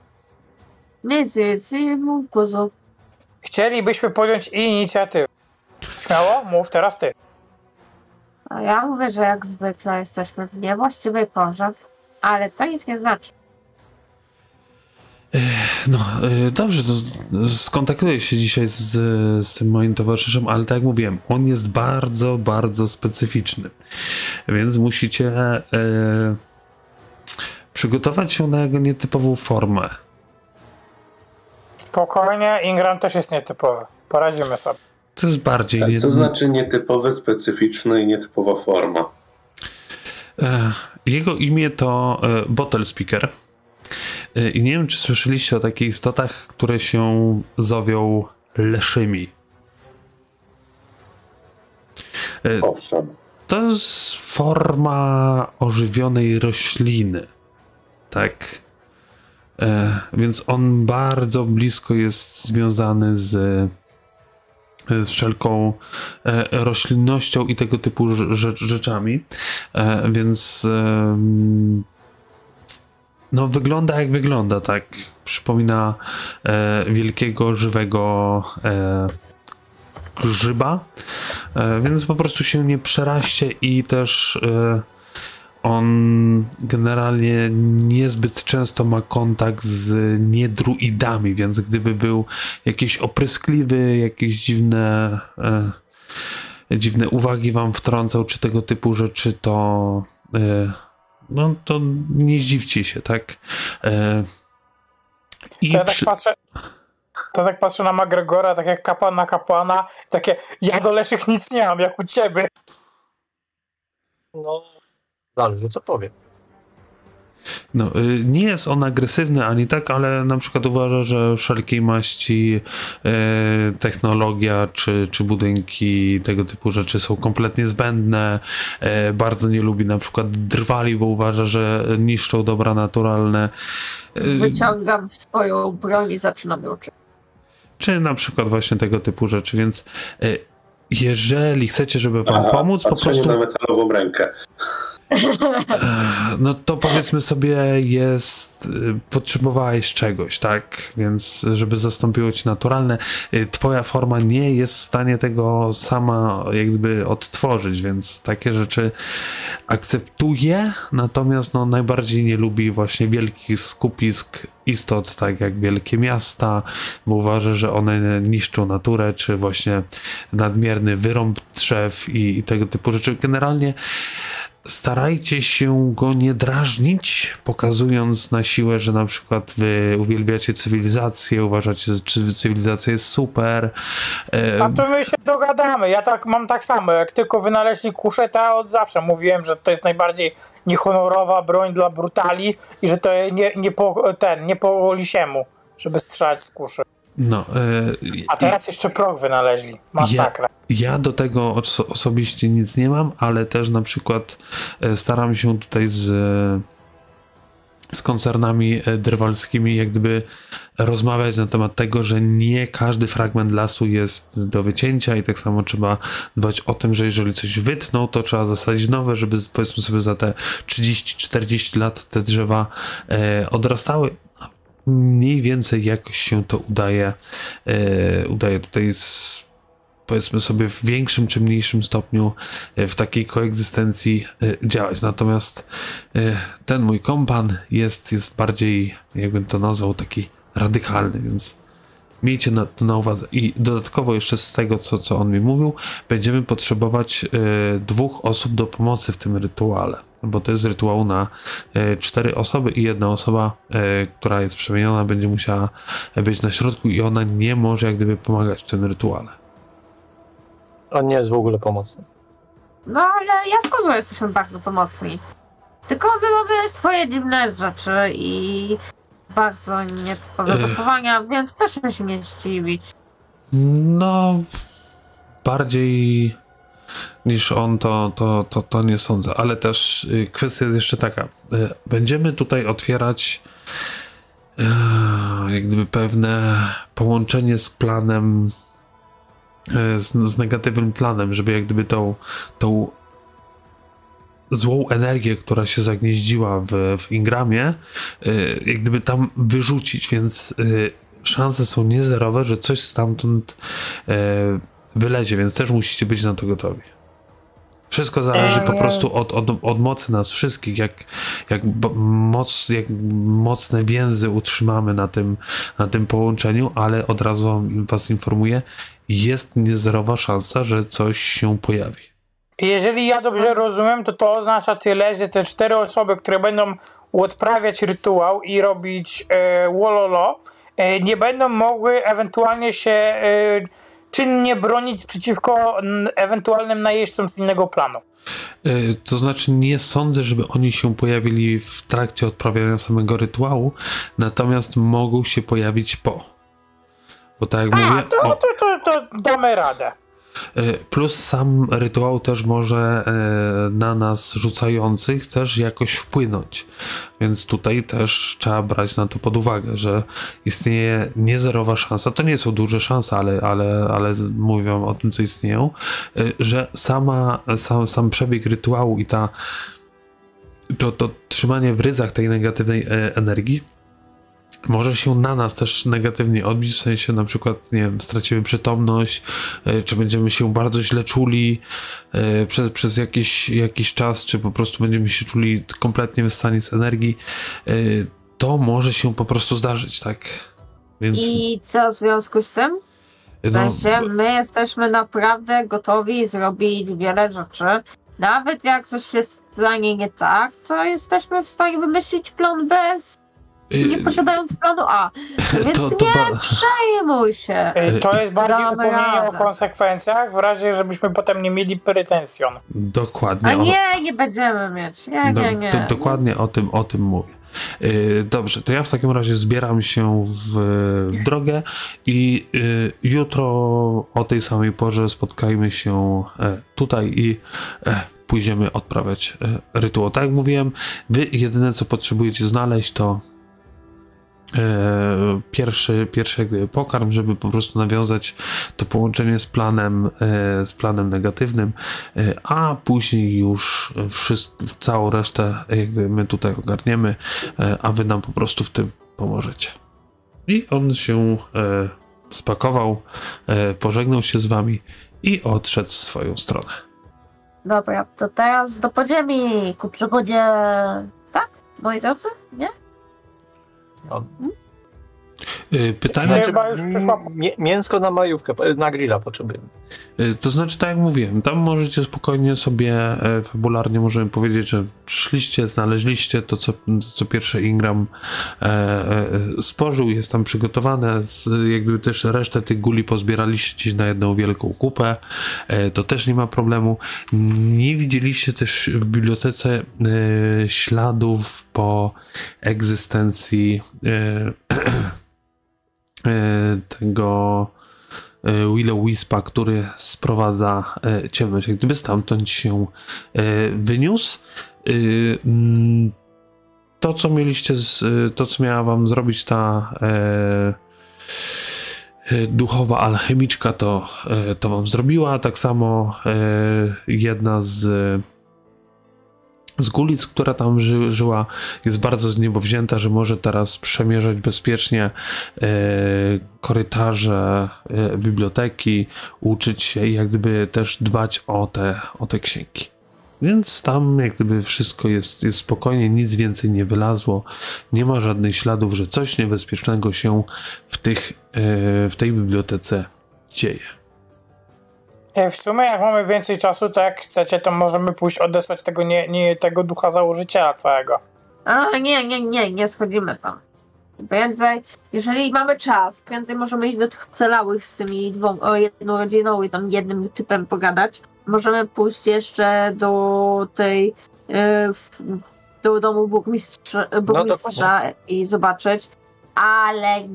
Nie, mów Kuzu. Chcielibyśmy podjąć inicjatywę. Śmiało? Mów teraz ty. A ja mówię, że jak zwykle jesteśmy w niewłaściwej porze, ale to nic nie znaczy. No, dobrze, to skontaktuję się dzisiaj z tym moim towarzyszem, ale tak jak mówiłem, on jest bardzo, bardzo specyficzny, więc musicie przygotować się na jego nietypową formę. Spokojnie, Ingram też jest nietypowy. Poradzimy sobie. To jest bardziej... A co znaczy nietypowy, specyficzny i nietypowa forma? Jego imię to Bottle Speaker. I nie wiem, czy słyszeliście o takich istotach, które się zowią leszymi. Owszem. To jest forma ożywionej rośliny. Tak. Więc on bardzo blisko jest związany z wszelką roślinnością i tego typu rzeczami. Więc no wygląda jak wygląda, tak. Przypomina wielkiego, żywego grzyba, więc po prostu się nie przeraście i też on generalnie niezbyt często ma kontakt z niedruidami, więc gdyby był jakiś opryskliwy, jakieś dziwne uwagi wam wtrącał, czy tego typu rzeczy, to no to nie zdziwcie się, tak? I to tak patrzę na McGregora, tak jak kapłan na kapłana, takie, ja do leszych nic nie mam, jak u ciebie. No, zależy co powiem. No, nie jest on agresywny ani tak, ale na przykład uważa, że wszelkiej maści technologia czy budynki, tego typu rzeczy są kompletnie zbędne. Bardzo nie lubi na przykład drwali, bo uważa, że niszczą dobra naturalne. Wyciągam swoją broń i zaczynam ją uczyć. Czy na przykład właśnie tego typu rzeczy, więc jeżeli chcecie, żeby wam pomóc, po prostu... na metalową rękę. No to powiedzmy sobie, potrzebowałeś czegoś, tak? Więc żeby zastąpiło ci naturalne, twoja forma nie jest w stanie tego sama jak gdyby odtworzyć, więc takie rzeczy akceptuje, natomiast no najbardziej nie lubi właśnie wielkich skupisk istot, tak jak wielkie miasta, bo uważa, że one niszczą naturę, czy właśnie nadmierny wyrąb drzew i tego typu rzeczy. Generalnie starajcie się go nie drażnić, pokazując na siłę, że na przykład wy uwielbiacie cywilizację, uważacie, że cywilizacja jest super. A to my się dogadamy. Ja mam tak samo. Jak tylko wynaleźli kuszę, to ja od zawsze mówiłem, że to jest najbardziej niehonorowa broń dla brutali i że to nie po lisiemu, żeby strzelać z kuszy. No, a teraz jeszcze proch wynaleźli. Masakra. Ja do tego osobiście nic nie mam, ale też na przykład staram się tutaj z koncernami drwalskimi jak gdyby rozmawiać na temat tego, że nie każdy fragment lasu jest do wycięcia i tak samo trzeba dbać o tym, że jeżeli coś wytną, to trzeba zasadzić nowe, żeby powiedzmy sobie za te 30-40 lat te drzewa odrastały. Mniej więcej jakoś się to udaje tutaj powiedzmy sobie w większym czy mniejszym stopniu w takiej koegzystencji działać. Natomiast ten mój kompan jest bardziej, jakbym to nazwał, taki radykalny, więc miejcie to na uwadze. I dodatkowo jeszcze z tego, co on mi mówił, będziemy potrzebować 2 osób do pomocy w tym rytuale, bo to jest rytuał na 4 osoby i 1 osoba, która jest przemieniona, będzie musiała być na środku i ona nie może jak gdyby pomagać w tym rytuale. On nie jest w ogóle pomocny. No ale ja z Kozłem jesteśmy bardzo pomocni. Tylko my mamy swoje dziwne rzeczy i bardzo nietypowe zachowania, więc proszę się nie zdziwić. No, bardziej niż on to nie sądzę, ale też kwestia jest jeszcze taka. Będziemy tutaj otwierać jak gdyby pewne połączenie z planem, z negatywnym planem, żeby jak gdyby tą złą energię, która się zagnieździła w Ingramie, jak gdyby tam wyrzucić, więc szanse są niezerowe, że coś stamtąd wylecie, więc też musicie być na to gotowi. Wszystko zależy po prostu od mocy nas wszystkich, jak mocne więzy utrzymamy na tym połączeniu, ale od razu was informuję, jest niezerowa szansa, że coś się pojawi. Jeżeli ja dobrze rozumiem, to oznacza tyle, że te 4 osoby, które będą odprawiać rytuał i robić wololo, nie będą mogły ewentualnie się czynnie bronić przeciwko ewentualnym najeźdźcom z innego planu. To znaczy nie sądzę, żeby oni się pojawili w trakcie odprawiania samego rytuału, natomiast mogą się pojawić po. Bo tak jak mówię... To damy radę. Plus sam rytuał też może na nas rzucających też jakoś wpłynąć. Więc tutaj też trzeba brać na to pod uwagę, że istnieje niezerowa szansa. To nie są duże szanse, ale mówię wam o tym, co istnieją, że sam przebieg rytuału i to trzymanie w ryzach tej negatywnej energii może się na nas też negatywnie odbić, w sensie na przykład, nie wiem, stracimy przytomność, czy będziemy się bardzo źle czuli przez jakiś czas, czy po prostu będziemy się czuli kompletnie wyssani z energii. To może się po prostu zdarzyć, tak? Więc... I co w związku z tym? W sensie my jesteśmy naprawdę gotowi zrobić wiele rzeczy. Nawet jak coś się stanie nie tak, to jesteśmy w stanie wymyślić plan B, nie posiadając planu A. Więc nie przejmuj się. To jest bardziej upomnienie o konsekwencjach, w razie żebyśmy potem nie mieli pretensjon. Dokładnie. A nie będziemy mieć. Nie. Dokładnie o tym mówię. Dobrze, to ja w takim razie zbieram się w drogę i jutro o tej samej porze spotkajmy się tutaj i pójdziemy odprawiać rytuał. Tak jak mówiłem, wy jedyne co potrzebujecie znaleźć to pierwszy pokarm, żeby po prostu nawiązać to połączenie z planem negatywnym, a później już całą resztę jakby my tutaj ogarniemy, a wy nam po prostu w tym pomożecie. I on się spakował, pożegnał się z wami i odszedł w swoją stronę. Dobra, to teraz do podziemi ku przygodzie, tak? Moi drodzy? Nie? Pytanie? Znaczy, mięsko na majówkę, na grilla potrzebujemy. To znaczy, tak jak mówiłem, tam możecie spokojnie sobie fabularnie możemy powiedzieć, że przyszliście, znaleźliście to, co pierwszy Ingram spożył, jest tam przygotowane, jak gdyby też resztę tych guli pozbieraliście gdzieś na jedną wielką kupę, to też nie ma problemu. Nie widzieliście też w bibliotece śladów po egzystencji tego Will-o-Wispa, który sprowadza ciemność. Jak gdyby stamtąd się wyniósł. To, co miała wam zrobić ta duchowa alchemiczka, to wam zrobiła. Tak samo jedna z gulic, która tam żyła, jest bardzo zniebowzięta, że może teraz przemierzać bezpiecznie korytarze biblioteki, uczyć się i jak gdyby też dbać o te księgi. Więc tam jak gdyby wszystko jest spokojnie, nic więcej nie wylazło, nie ma żadnych śladów, że coś niebezpiecznego się w tej bibliotece dzieje. W sumie jak mamy więcej czasu, to jak chcecie, to możemy pójść odesłać tego ducha założyciela całego. A nie schodzimy tam. Prędzej, jeżeli mamy czas, prędzej możemy iść do tych celałych z tymi jedną rodziną i tam jednym typem pogadać. Możemy pójść jeszcze do tej do domu burmistrza i zobaczyć, ale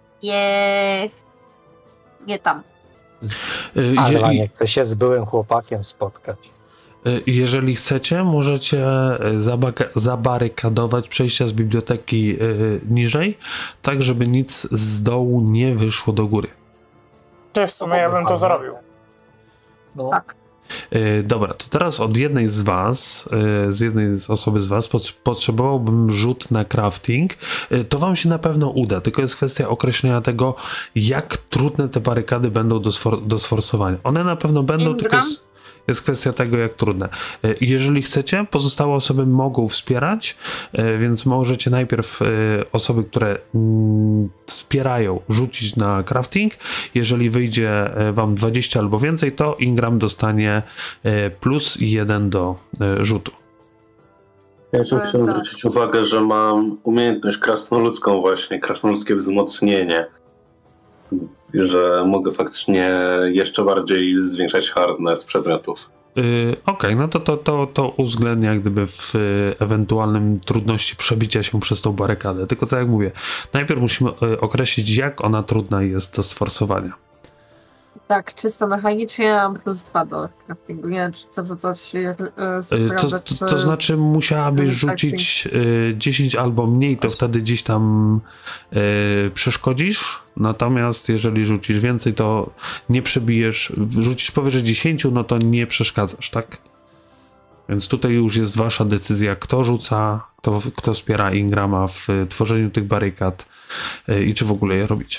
nie tam. Ale nie chcę się z byłym chłopakiem spotkać. Jeżeli chcecie, możecie zabarykadować przejścia z biblioteki niżej, tak żeby nic z dołu nie wyszło do góry. W sumie ja bym to zrobił. No. Tak. Dobra, to teraz od jednej z osoby z was potrzebowałbym rzut na crafting. To wam się na pewno uda, tylko jest kwestia określenia tego, jak trudne te barykady będą do sforsowania. One na pewno będą, tylko Jest kwestia tego, jak trudne. Jeżeli chcecie, pozostałe osoby mogą wspierać, więc możecie najpierw osoby, które wspierają, rzucić na crafting. Jeżeli wyjdzie wam 20 albo więcej, to Ingram dostanie plus 1 do rzutu. Ja chciałem zwrócić uwagę, że mam umiejętność krasnoludzką właśnie, krasnoludzkie wzmocnienie. Że mogę faktycznie jeszcze bardziej zwiększać hardness przedmiotów. Okej, no to uwzględnia jak gdyby w ewentualnym trudności przebicia się przez tą barykadę. Tylko tak jak mówię, najpierw musimy określić, jak ona trudna jest do sforsowania. Tak, czysto mechanicznie mam plus 2 do craftingu. Nie wiem, czy chcę rzucać To znaczy musiałabyś rzucić 10 albo mniej, to wtedy gdzieś tam przeszkodzisz. Natomiast jeżeli rzucisz więcej, to nie przebijesz. Rzucisz powyżej 10, no to nie przeszkadzasz, tak? Więc tutaj już jest wasza decyzja, kto rzuca, kto wspiera Ingrama w tworzeniu tych barykad i czy w ogóle je robicie.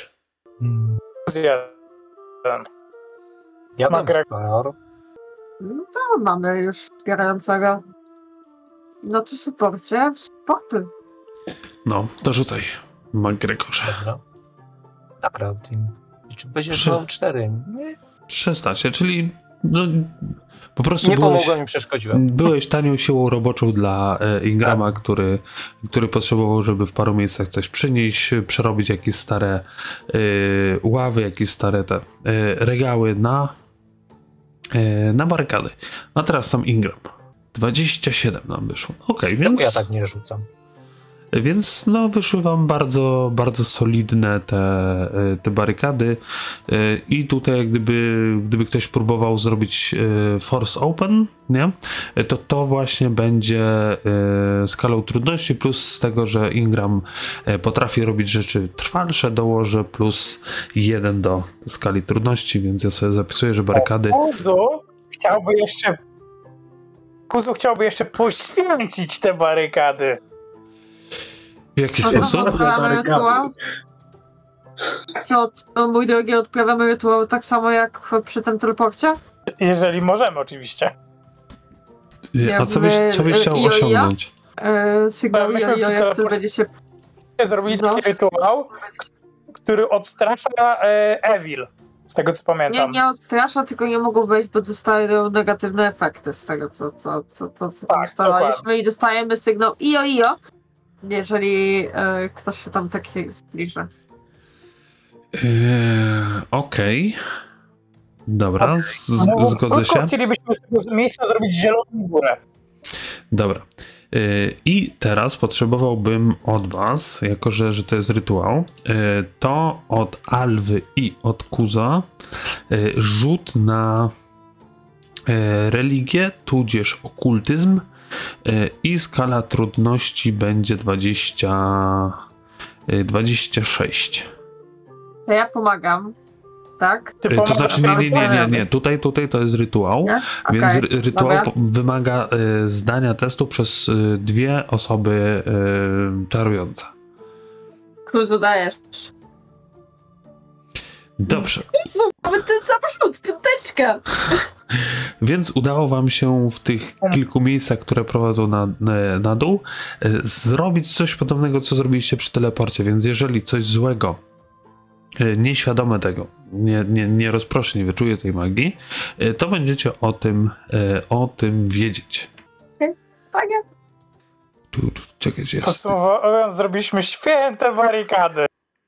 Ja mam sporo. No to mamy już wspierającego. No to supporcie, sporty. No, to rzucaj, McGregorze. Dobra. Tak, crafting. Czy będziesz miał 4? Nie. 16, czyli no, po prostu nie pomogłem i przeszkodziłem. Byłeś tanią siłą roboczą dla Ingrama, tak. który potrzebował, żeby w paru miejscach coś przynieść, przerobić jakieś stare ławy, jakieś stare te regały na barykady. A teraz sam Ingram. 27 nam wyszło. Okej, więc... Ja tak nie rzucam. Więc no, wyszły wam bardzo, bardzo solidne te barykady i tutaj jak gdyby ktoś próbował zrobić force open, nie? To właśnie będzie skalą trudności, plus z tego, że Ingram potrafi robić rzeczy trwalsze, dołożę plus 1 do skali trudności, więc ja sobie zapisuję, że barykady... Kuzu chciałby jeszcze poświęcić te barykady. W jaki sposób? Odprawiamy rytuał? Mój drogi, odprawiamy rytuał tak samo jak przy tym teleporcie? Jeżeli możemy, oczywiście. A co byś chciał osiągnąć? Sygnał Jojo, który będzie się... Zrobili taki rytuał, który odstrasza Evil. Z tego co pamiętam. Nie odstrasza, tylko nie mogą wejść, bo dostają negatywne efekty z tego, co ustalaliśmy. I dostajemy sygnał Ijo, jeżeli ktoś się tam tak zbliży. Okej. Dobra, zgodzę się. Chcielibyśmy z tego miejsca zrobić zieloną górę. Dobra. I teraz potrzebowałbym od was, jako że to jest rytuał, to od Alwy i od Kuza rzut na religię, tudzież okultyzm i skala trudności będzie 26. To ja pomagam, tak? To znaczy nie. Tutaj to jest rytuał, okay. Więc rytuał wymaga zdania testu przez 2 osoby czarujące. Kuzu, dajesz. Dobrze. Kuzu, mamy ten sam rzut, 5. Więc udało wam się w tych kilku miejscach, które prowadzą na dół, zrobić coś podobnego, co zrobiliście przy teleporcie, więc jeżeli coś złego, nieświadome tego, nie rozproszy, nie wyczuje tej magii, to będziecie o tym wiedzieć. Fajnie. Czekaj, jest. Podsumowując, zrobiliśmy święte barykady.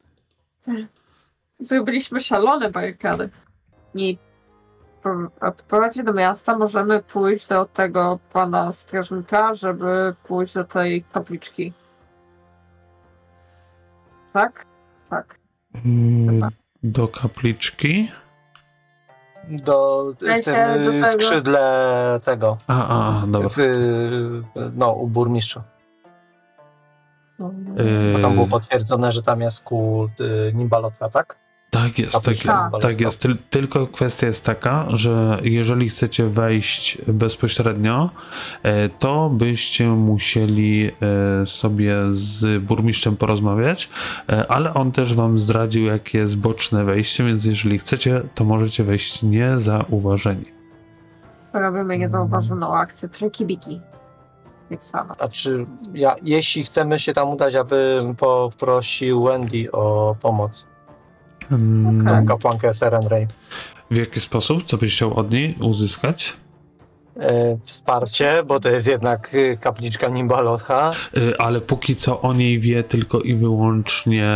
Zrobiliśmy szalone barykady. I po powrocie do miasta możemy pójść do tego pana strażnika, żeby pójść do tej kapliczki. Tak? Tak. Do kapliczki? Do skrzydle tego. Dobra. U burmistrza. Bo tam było potwierdzone, że tam jest kult Nimbalotra, tak? Tak jest. Tylko kwestia jest taka, że jeżeli chcecie wejść bezpośrednio, to byście musieli sobie z burmistrzem porozmawiać, ale on też wam zdradził, jakie jest boczne wejście, więc jeżeli chcecie, to możecie wejść niezauważeni. Robimy niezauważoną akcję Triki-biki. Jak sama. Znaczy, jeśli chcemy się tam udać, abym poprosił Wendy o pomoc. No, Kapłankę Serenray. w jaki sposób? Co byś chciał od niej uzyskać? Wsparcie, bo to jest jednak kapliczka Nimbalotha. Ale póki co o niej wie tylko i wyłącznie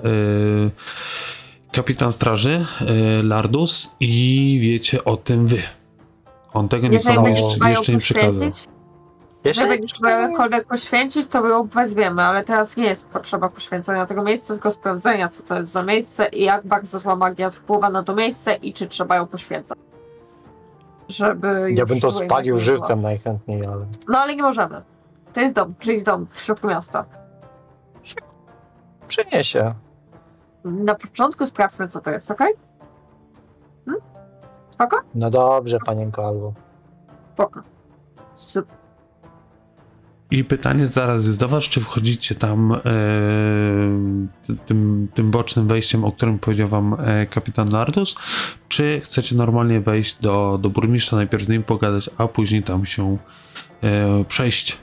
kapitan straży, Lardus, i wiecie o tym wy. On tego nikomu jeszcze nie przekazał. Jeżeli będziesz trzeba jakkolwiek poświęcić, to ją weźmiemy, ale teraz nie jest potrzeba poświęcenia tego miejsca, tylko sprawdzenia, co to jest za miejsce i jak bardzo zła magia wpływa na to miejsce i czy trzeba ją poświęcać. Żeby Ja bym to spalił żywcem była. najchętniej, ale... No ale nie możemy. To jest dom, czyjś dom w środku miasta. Przeniesie. Na początku sprawdźmy, co to jest, okej? Spoko? No dobrze, panienko Albo. Spoko. Super. I pytanie teraz jest do was, czy wchodzicie tam tym bocznym wejściem, o którym powiedział wam kapitan Lardus, czy chcecie normalnie wejść do burmistrza, najpierw z nim pogadać, a później tam się przejść.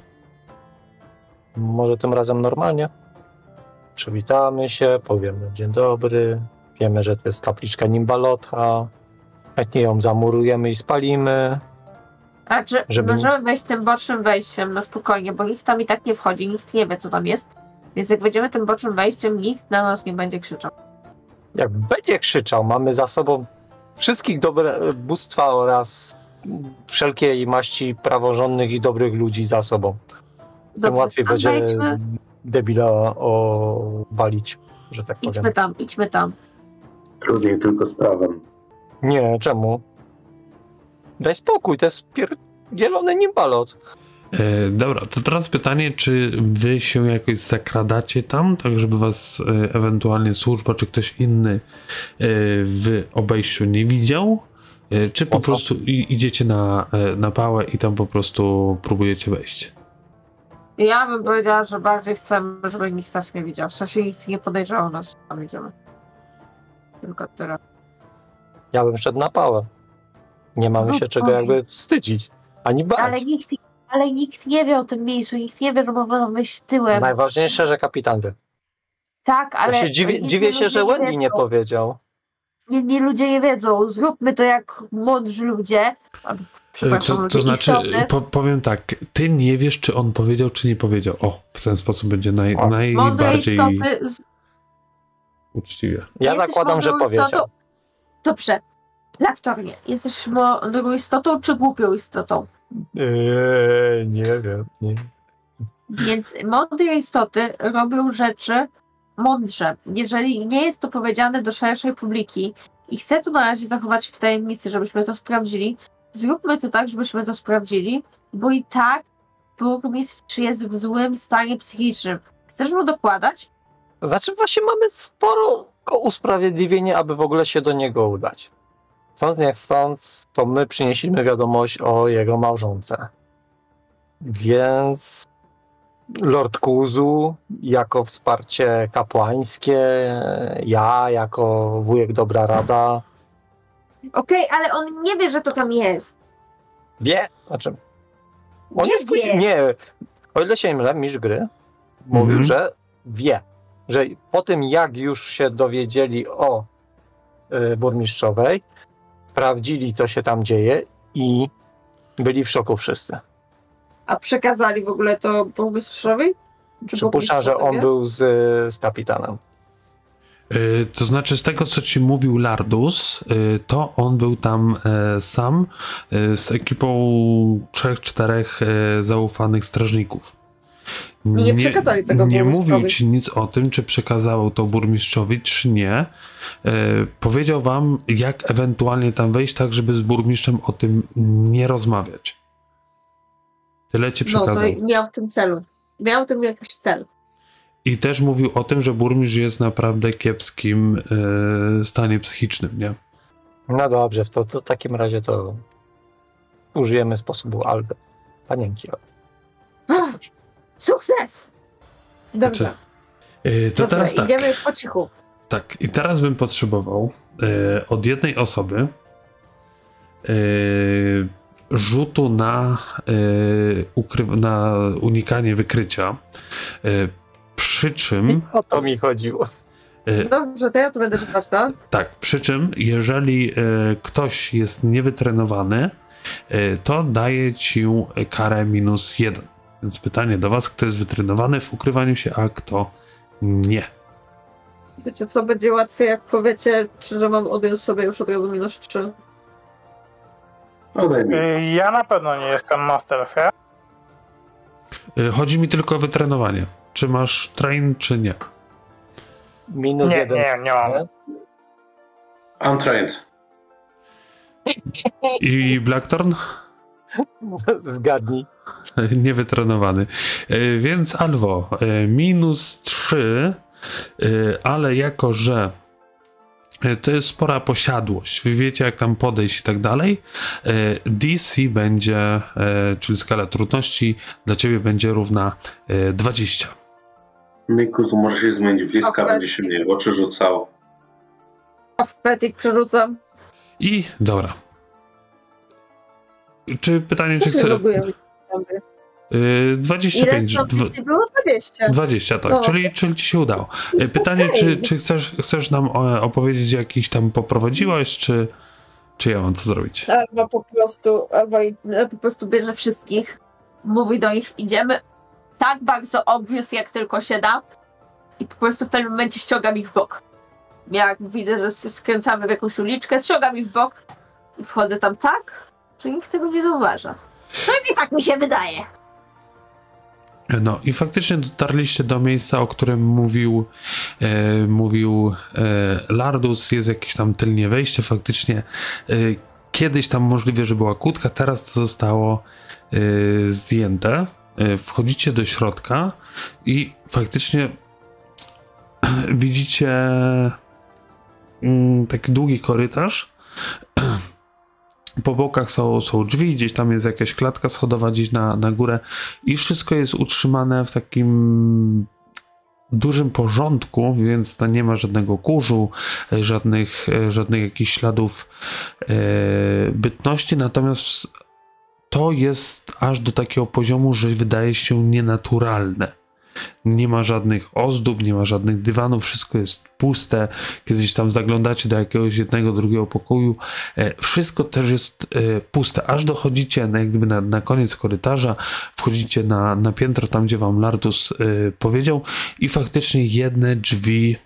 Może tym razem normalnie. Przywitamy się, powiemy dzień dobry. Wiemy, że to jest kapliczka Nimbalotha. Chętnie ją zamurujemy i spalimy. A czy Żeby- możemy wejść tym bocznym wejściem na spokojnie, bo nikt tam i tak nie wchodzi, nikt nie wie, co tam jest. Więc jak wejdziemy tym bocznym wejściem, nikt na nas nie będzie krzyczał. Jak będzie krzyczał, mamy za sobą wszystkich dobre bóstwa oraz wszelkiej maści praworządnych i dobrych ludzi za sobą. Tym Dobrze, łatwiej tam będzie wejdźmy, debila obalić, że tak powiem. idźmy tam. Trudniej tylko z prawem. Nie, czemu? Daj spokój, to jest pierdzielony Nimbalot. Dobra, to teraz pytanie, czy wy się jakoś zakradacie tam, tak żeby was ewentualnie służba, czy ktoś inny w obejściu nie widział, czy po Po co? prostu idziecie na pałę i tam po prostu próbujecie wejść? Ja bym powiedziała, że bardziej chcemy, żeby nikt nas nie widział. W sensie nikt nie podejrzewał nas, że tam idziemy. Tylko tyle. Ja bym szedł na pałę. Nie mamy No, się czego okej. jakby wstydzić, ani bać. Ale nikt nie wie o tym miejscu, nikt nie wie, że można tam wejść tyłem. Najważniejsze, że kapitan wie. Tak, ale... Ja się dziwię się, że Wendy nie powiedział. Nie, ludzie nie wiedzą. Zróbmy to jak mądrzy ludzie. Przepraszam, To ludzie znaczy, istoty. powiem tak, ty nie wiesz, czy on powiedział, czy nie powiedział. O, w ten sposób będzie O. Mądre najbardziej istoty... uczciwie. Ja Jesteś zakładam, że mądrą powiedział. istotą? Dobrze. Laktornie, jesteś mądrą istotą czy głupią istotą? Nie wiem. Nie. Więc mądre istoty robią rzeczy mądrze. Jeżeli nie jest to powiedziane do szerszej publiki i chcę to na razie zachować w tajemnicy, żebyśmy to sprawdzili, zróbmy to tak, żebyśmy to sprawdzili, bo i tak burmistrz jest w złym stanie psychicznym. Chcesz mu dokładać? Znaczy właśnie mamy sporo usprawiedliwienie, aby w ogóle się do niego udać. Chcąc nie chcąc, to my przynieśliśmy wiadomość o jego małżonce. Więc Lord Kuzu jako wsparcie kapłańskie, ja jako wujek Dobra Rada. Okej, ale on nie wie, że to tam jest. Wie? Znaczy, on Nie już wie. nie. O ile się nie mylę, mistrz gry mówił, że wie. Że po tym, jak już się dowiedzieli o burmistrzowej, sprawdzili, co się tam dzieje i byli w szoku wszyscy. A przekazali w ogóle to burmistrzowi? Czy Przypuszczam, że burmistrz o tym on wie? był z kapitanem. To znaczy, z tego co ci mówił Lardus, to on był tam sam z ekipą 3-4 zaufanych strażników. Nie przekazali tego Nie burmistrzowi. mówił ci nic o tym, czy przekazywał to burmistrzowi, czy nie. Powiedział wam, jak ewentualnie tam wejść, tak żeby z burmistrzem o tym nie rozmawiać. Tyle ci No przekazał. to miał w tym celu. Miał w tym jakiś cel. I też mówił o tym, że burmistrz jest naprawdę kiepskim stanie psychicznym, nie? No dobrze, to w takim razie to użyjemy sposobu Alby. Panienki. Sukces! Dobrze. To Dobrze, teraz tak. idziemy po cichu. Tak, i teraz bym potrzebował od jednej osoby rzutu na, na unikanie wykrycia. Przy czym... O to mi chodziło. Dobrze, to ja to będę wytaszna. Tak, przy czym jeżeli ktoś jest niewytrenowany, to daje ci karę -1. Więc pytanie do was, kto jest wytrenowany w ukrywaniu się, a kto nie. Wiecie co, będzie łatwiej jak powiecie, czy że mam odjąć sobie już od razu -3. Odejmij. Ja na pewno nie jestem na stealthie. Chodzi mi tylko o wytrenowanie. Czy masz train, czy nie? -1. Nie mam. Untrained. I Blackthorn? Zgadnij. Niewytrenowany. Więc Alwo, -3, ale jako, że to jest spora posiadłość, wy wiecie jak tam podejść i tak dalej, DC będzie, czyli skala trudności dla ciebie będzie równa 20. Mikuzu może się zmienić w liska, będzie się mnie w oczy rzucał. A w petik przerzucam. I dobra. Czy pytanie, Co czy się chcesz... logujemy? 25. Ile to było? 20. 20, tak, No. czyli ci się udało. Pytanie, czy chcesz nam opowiedzieć jakiś tam poprowadziłaś, czy ja mam co zrobić? Albo po prostu bierze wszystkich, mówi do nich, idziemy tak bardzo obvious jak tylko się da i po prostu w pewnym momencie ściągam ich w bok. Jak widzę, że skręcamy w jakąś uliczkę, ściągam ich w bok i wchodzę tam tak, że nikt tego nie zauważa. Przynajmniej tak mi się wydaje. No i faktycznie dotarliście do miejsca, o którym mówił Lardus. Jest jakieś tam tylnie wejście. Faktycznie kiedyś tam możliwe, że była kłódka, teraz to zostało zdjęte. Wchodzicie do środka i faktycznie widzicie taki długi korytarz. Po bokach są drzwi, gdzieś tam jest jakaś klatka schodowa gdzieś na górę i wszystko jest utrzymane w takim dużym porządku, więc to nie ma żadnego kurzu, żadnych jakichś śladów bytności, natomiast to jest aż do takiego poziomu, że wydaje się nienaturalne. Nie ma żadnych ozdób, nie ma żadnych dywanów, wszystko jest puste. Kiedyś tam zaglądacie do jakiegoś jednego, drugiego pokoju, wszystko też jest puste, aż dochodzicie jak gdyby na koniec korytarza, wchodzicie na piętro, tam gdzie wam Lardus powiedział i faktycznie jedne drzwi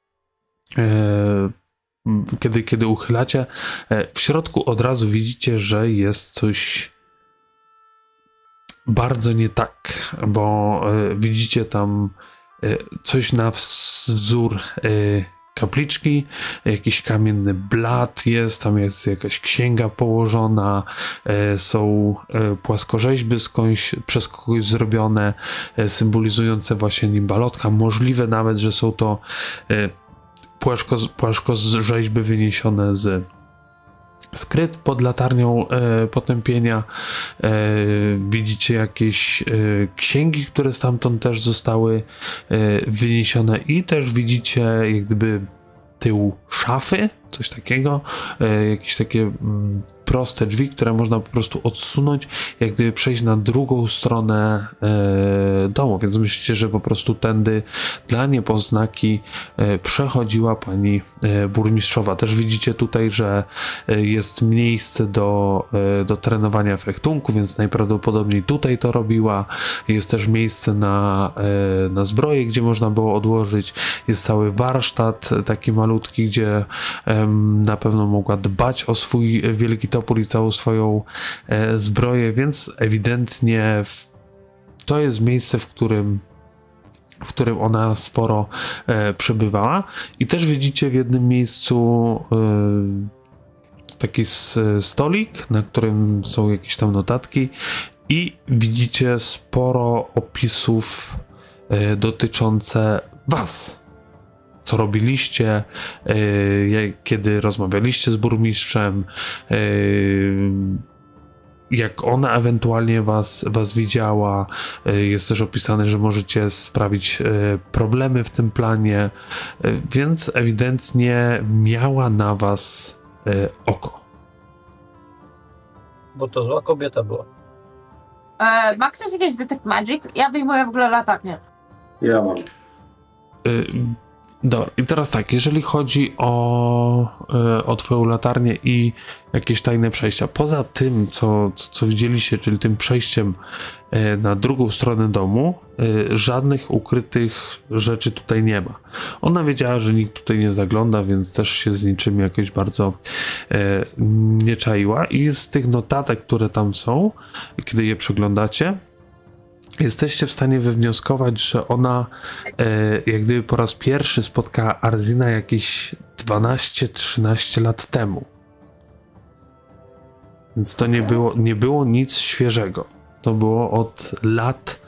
kiedy uchylacie, w środku od razu widzicie, że jest coś bardzo nie tak, bo widzicie tam coś na wzór kapliczki, jakiś kamienny blat jest, tam jest jakaś księga położona, są płaskorzeźby skądś przez kogoś zrobione, symbolizujące właśnie nimbalotka. Możliwe nawet, że są to płaskorzeźby wyniesione z skryt pod latarnią potępienia. Widzicie jakieś księgi, które stamtąd też zostały wyniesione i też widzicie jak gdyby tył szafy, coś takiego, jakieś takie proste drzwi, które można po prostu odsunąć, jak gdyby przejść na drugą stronę domu, więc myślicie, że po prostu tędy dla niepoznaki przechodziła pani burmistrzowa. Też widzicie tutaj, że jest miejsce do trenowania fechtunku, więc najprawdopodobniej tutaj to robiła. Jest też miejsce na zbroję, gdzie można było odłożyć. Jest cały warsztat taki malutki, gdzie na pewno mogła dbać o swój wielki topór i całą swoją zbroję, więc ewidentnie to jest miejsce, w którym ona sporo przebywała. I też widzicie w jednym miejscu taki stolik, na którym są jakieś tam notatki i widzicie sporo opisów dotyczące was. Co robiliście, kiedy rozmawialiście z burmistrzem, jak ona ewentualnie was widziała. Jest też opisane, że możecie sprawić problemy w tym planie, więc ewidentnie miała na was oko. bo to zła kobieta była. Ma ktoś jakieś Detect Magic? Ja wyjmuję w ogóle latarnię. Ja mam. Dobra, i teraz tak, jeżeli chodzi o twoją latarnię i jakieś tajne przejścia, poza tym, co widzieliście, czyli tym przejściem na drugą stronę domu, żadnych ukrytych rzeczy tutaj nie ma. Ona wiedziała, że nikt tutaj nie zagląda, więc też się z niczym jakoś bardzo nie czaiła i z tych notatek, które tam są, kiedy je przeglądacie, jesteście w stanie wywnioskować, że ona jak gdyby po raz pierwszy spotkała Arzina jakieś 12-13 lat temu. Więc to nie było nic świeżego. To było od lat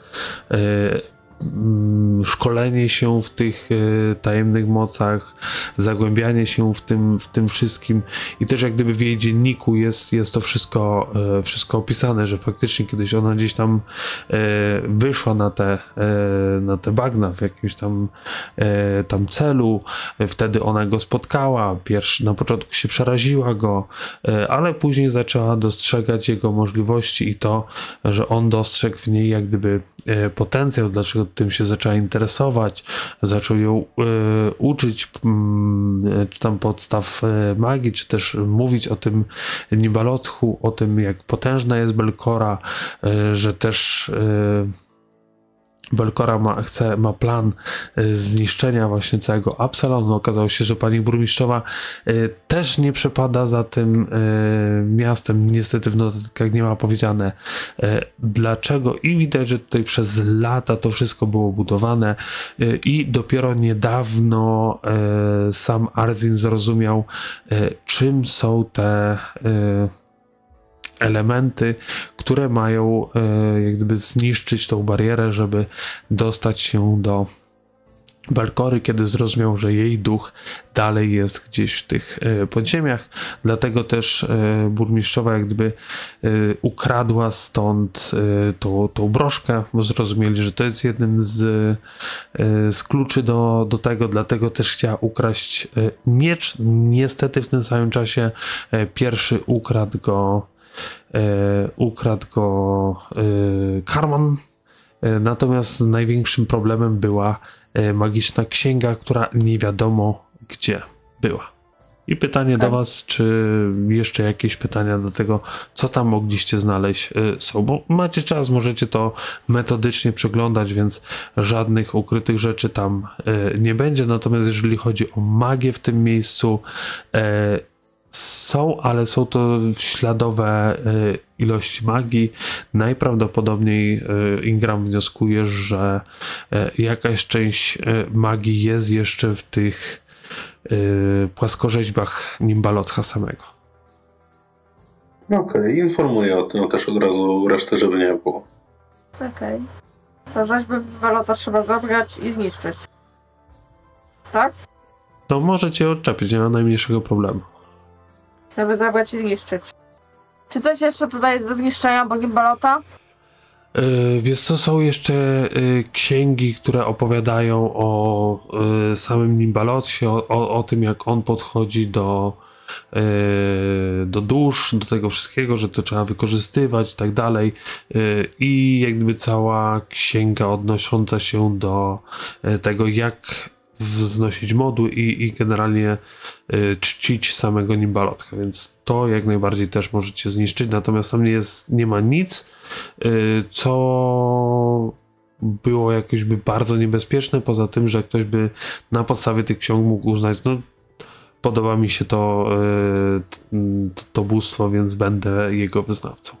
szkolenie się w tych tajemnych mocach, zagłębianie się w tym wszystkim i też jak gdyby w jej dzienniku jest to wszystko opisane, że faktycznie kiedyś ona gdzieś tam wyszła na te bagna w jakimś tam celu, wtedy ona go spotkała, na początku się przeraziła go, ale później zaczęła dostrzegać jego możliwości i to, że on dostrzegł w niej jak gdyby potencjał, dlaczego tym się zaczęła interesować, zaczął ją uczyć, czy tam podstaw magii, czy też mówić o tym Nibalothu, o tym, jak potężna jest Belcora, że też Belcora ma plan zniszczenia właśnie całego Absalonu. Okazało się, że pani burmistrzowa też nie przepada za tym miastem. Niestety w notatkach nie ma powiedziane dlaczego i widać, że tutaj przez lata to wszystko było budowane i dopiero niedawno sam Arzin zrozumiał, czym są te elementy, które mają jak gdyby zniszczyć tą barierę, żeby dostać się do Belcory, kiedy zrozumiał, że jej duch dalej jest gdzieś w tych podziemiach. Dlatego też burmistrzowa jak gdyby ukradła stąd tą broszkę, bo zrozumieli, że to jest jednym z kluczy do tego, dlatego też chciała ukraść miecz. Niestety w tym samym czasie pierwszy ukradł go Karman, natomiast największym problemem była magiczna księga, która nie wiadomo gdzie była. I pytanie do was, czy jeszcze jakieś pytania do tego, co tam mogliście znaleźć są, bo macie czas, możecie to metodycznie przeglądać, więc żadnych ukrytych rzeczy tam nie będzie, natomiast jeżeli chodzi o magię w tym miejscu, ale są to śladowe ilości magii. Najprawdopodobniej Ingram wnioskuje, że jakaś część magii jest jeszcze w tych płaskorzeźbach Nimbalotha samego. Okej, informuję o tym też od razu resztę, żeby nie było. Okej. To rzeźby Nimbalotha trzeba zabrać i zniszczyć. Tak? To możecie odczepić, nie ma najmniejszego problemu. Chcemy zabrać i zniszczyć. Czy coś jeszcze tutaj jest do zniszczenia, bo Nimbalotha? Wiesz co, są jeszcze księgi, które opowiadają o samym Nimbalothie, o tym, jak on podchodzi do dusz, do tego wszystkiego, że to trzeba wykorzystywać i tak dalej. I jak gdyby cała księga odnosząca się do tego, jak wznosić modu i generalnie czcić samego Nimbalotha, więc to jak najbardziej też możecie zniszczyć, natomiast tam nie ma nic, co było jakoś by bardzo niebezpieczne, poza tym, że ktoś by na podstawie tych ksiąg mógł uznać, no podoba mi się to bóstwo, więc będę jego wyznawcą.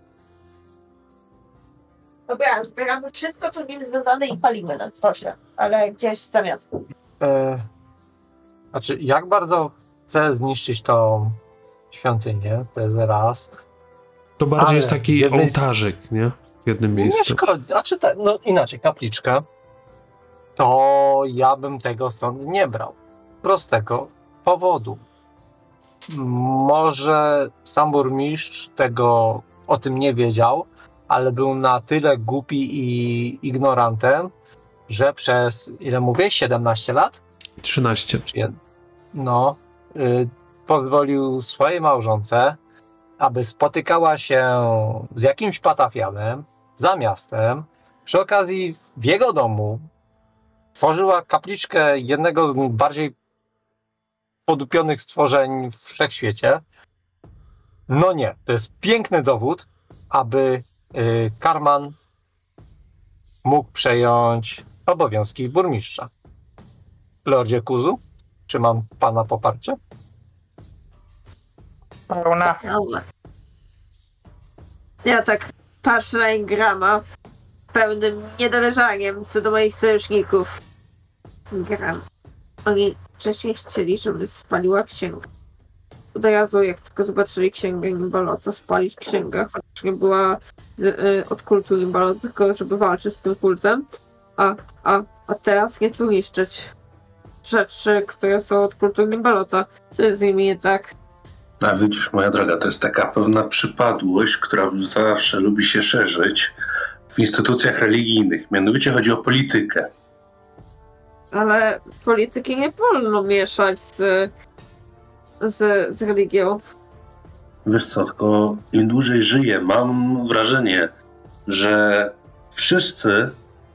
Dobra, zbieramy wszystko, co z nim związane i palimy na proszę, ale gdzieś za miastem. Znaczy, jak bardzo chcę zniszczyć tą świątynię, to jest raz. To bardziej jest taki ołtarzyk, nie? W jednym miejscu. Nie szkodzi, znaczy no inaczej, kapliczka. To ja bym tego stąd nie brał. Prostego powodu. Może sam burmistrz o tym nie wiedział, ale był na tyle głupi i ignorantem, że przez, ile mówię, 17 lat? 13. Pozwolił swojej małżonce, aby spotykała się z jakimś patafianem za miastem, przy okazji w jego domu tworzyła kapliczkę jednego z bardziej podupionych stworzeń w wszechświecie. No nie, to jest piękny dowód, aby Karman mógł przejąć obowiązki burmistrza. Lordzie Kuzu, czy mam pana poparcie? Pełna. Dobra. Ja tak patrzę na Ingrama pełnym niedowierzaniem co do moich sojuszników. Ingram. Oni wcześniej chcieli, żeby spaliła księgę. Od razu, jak tylko zobaczyli księgę Nimbalota, spalić księgę, chociaż nie była od kultu Nimbalota, tylko żeby walczyć z tym kultem. A teraz nie chcą niszczyć rzeczy, które są od kultu Nimbalota. Co jest z nimi nie tak? A widzisz, moja droga, to jest taka pewna przypadłość, która zawsze lubi się szerzyć w instytucjach religijnych. Mianowicie chodzi o politykę. Ale polityki nie wolno mieszać z religią. Wiesz co, tylko im dłużej żyję, mam wrażenie, że wszyscy,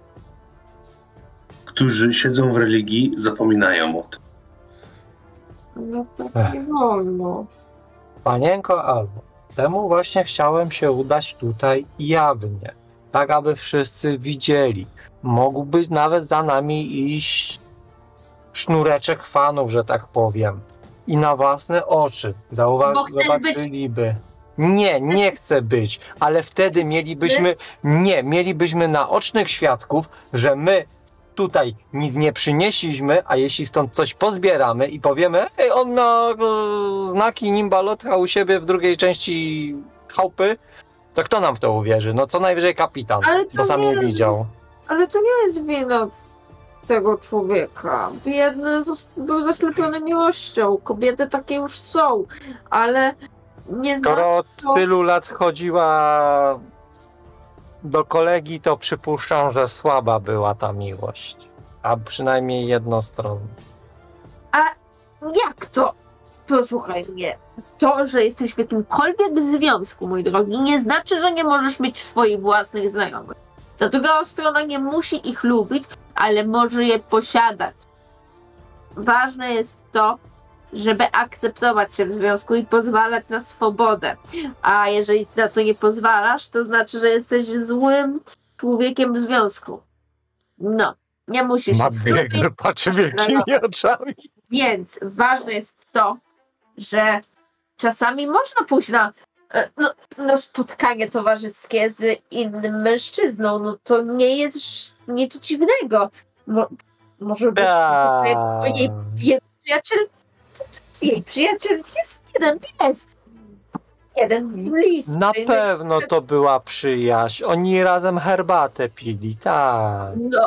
którzy siedzą w religii, zapominają o tym. No tak nie wolno. Panienko Albo, temu właśnie chciałem się udać tutaj jawnie, tak aby wszyscy widzieli. Mógłby nawet za nami iść sznureczek fanów, że tak powiem. I na własne oczy zobaczyliby. Nie chcę być, ale wtedy mielibyśmy naocznych świadków, że my tutaj nic nie przynieśliśmy, a jeśli stąd coś pozbieramy i powiemy, ej, on ma znaki Nimbalotra u siebie w drugiej części chałupy, to kto nam w to uwierzy? No co najwyżej kapitan, bo sam nie widział. Ale to nie jest wina tego człowieka. Biedny był zaślepiony miłością. Kobiety takie już są, ale nie znaczy Skoro od tylu lat chodziła do kolegi, to przypuszczam, że słaba była ta miłość. A przynajmniej jednostronna. A jak to? Posłuchaj mnie. To, że jesteś w jakimkolwiek związku, mój drogi, nie znaczy, że nie możesz mieć swoich własnych znajomych. Ta druga strona nie musi ich lubić, ale może je posiadać. Ważne jest to, żeby akceptować się w związku i pozwalać na swobodę. A jeżeli na to nie pozwalasz, to znaczy, że jesteś złym człowiekiem w związku. No, nie musisz. Mabiegr patrzy wielkimi oczami. Więc ważne jest to, że czasami można pójść na spotkanie towarzyskie z innym mężczyzną. No to nie jest nic dziwnego. Może być jej przyjaciel jest jeden pies. Jeden list. Na pewno to była przyjaźń. Oni razem herbatę pili, tak. No.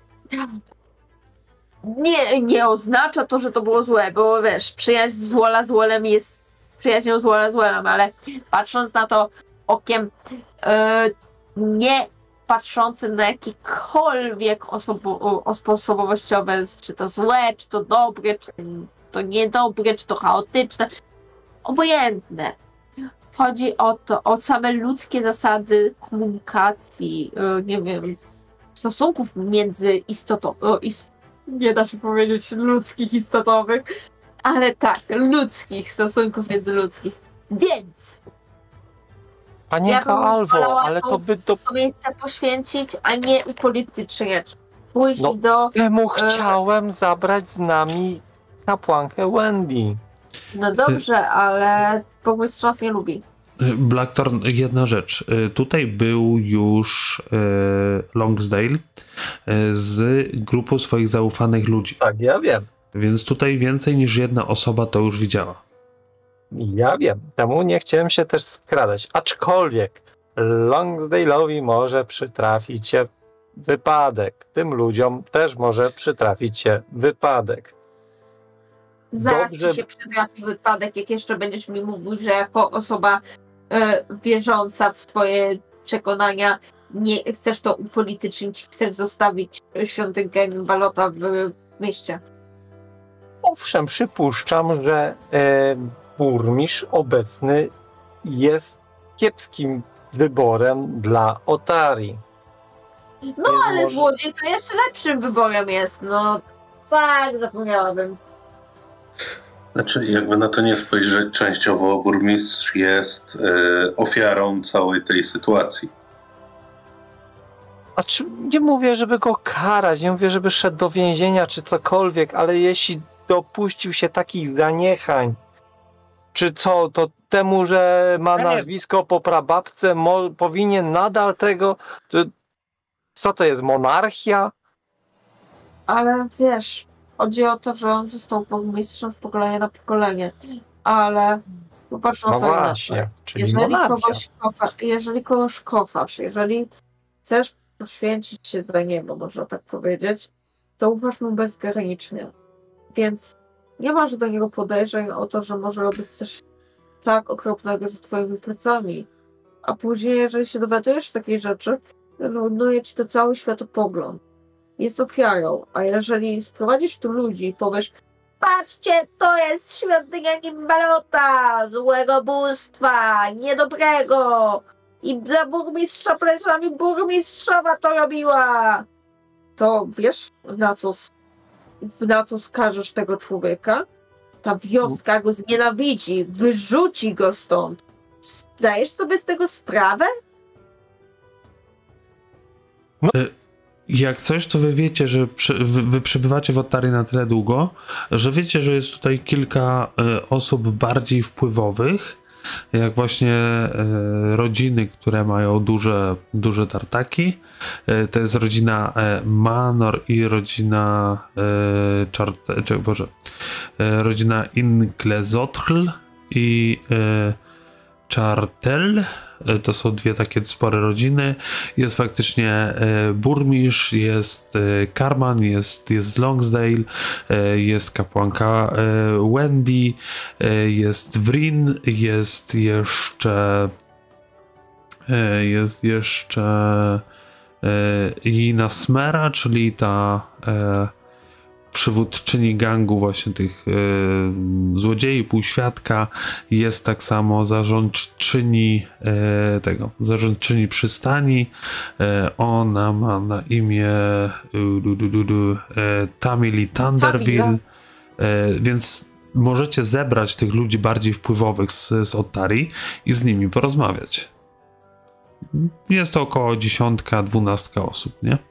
Nie oznacza to, że to było złe, bo wiesz, przyjaźń z Wola z Wolem jest przyjaźnią z Wola z Wolem, ale patrząc na to okiem nie patrzącym na jakiekolwiek osobowościowe, czy to złe, czy to dobre, czy to niedobre, czy to chaotyczne, obojętne. Chodzi o same ludzkie zasady komunikacji, nie wiem, stosunków między istotą, nie da się powiedzieć ludzkich istotowych, ale tak, ludzkich, stosunków międzyludzkich. Więc Panienko Alwo, ale to by to miejsce poświęcić, a nie upolityczniać. Pójść do... Temu chciałem zabrać z nami kapłankę Wendy. No dobrze, ale burmistrz nas nie lubi. Blackthorn, jedna rzecz. Tutaj był już Longsdale z grupą swoich zaufanych ludzi. Tak, ja wiem. Więc tutaj więcej niż jedna osoba to już widziała. Ja wiem. Temu nie chciałem się też skradać. Aczkolwiek Longsdale'owi może przytrafić się wypadek. Tym ludziom też może przytrafić się wypadek. Zaraz ci się przytrafi wypadek, jak jeszcze będziesz mi mówił, że jako osoba wierząca w swoje przekonania nie chcesz to upolitycznić, chcesz zostawić świątynkę Nimbalota w mieście. Owszem, przypuszczam, że burmistrz obecny jest kiepskim wyborem dla Otari. No ale złodziej to jeszcze lepszym wyborem jest. No tak, zapomniałabym. Znaczy, jakby na to nie spojrzeć, częściowo burmistrz jest ofiarą całej tej sytuacji. Znaczy, nie mówię, żeby go karać, nie mówię, żeby szedł do więzienia czy cokolwiek, ale jeśli dopuścił się takich zaniechań, czy co, to temu, że ma nazwisko po prababce, powinien nadal tego... Co to jest, monarchia? Ale wiesz, chodzi o to, że on został burmistrzem z pokolenia na pokolenie. Ale popatrz na No to właśnie, inaczej. czyli Jeżeli kogoś kochasz, jeżeli chcesz poświęcić się dla niego, można tak powiedzieć, to ufasz mu bezgranicznie. Więc nie masz do niego podejrzeń o to, że może robić coś tak okropnego za twoimi plecami. A później, jeżeli się dowiadujesz takiej rzeczy, rujnuje ci to cały światopogląd. Jest ofiarą, a jeżeli sprowadzisz tu ludzi i powiesz: patrzcie, to jest świątynia Gimbalota, złego bóstwa, niedobrego, i za burmistrza plecami burmistrzowa to robiła, to wiesz, na co skażesz tego człowieka? Ta wioska go znienawidzi, wyrzuci go stąd. Zdajesz sobie z tego sprawę? Jak coś, to wy wiecie, że wy przebywacie w Otari na tyle długo, że wiecie, że jest tutaj kilka osób bardziej wpływowych, jak właśnie rodziny, które mają duże tartaki. To jest rodzina Manor i rodzina rodzina Inklezothl i Chartel. To są dwie takie spore rodziny. Jest faktycznie burmistrz, jest Karman, jest Longsdale, jest kapłanka Wendy, jest Wrin, jest jeszcze Ina Smera, czyli ta przywódczyni gangu właśnie tych złodziei, półświadka. Jest tak samo zarządczyni zarządczyni przystani. Ona ma na imię Tamili Thunderville. Więc możecie zebrać tych ludzi bardziej wpływowych z Otari i z nimi porozmawiać. Jest to około 10-12 osób, nie?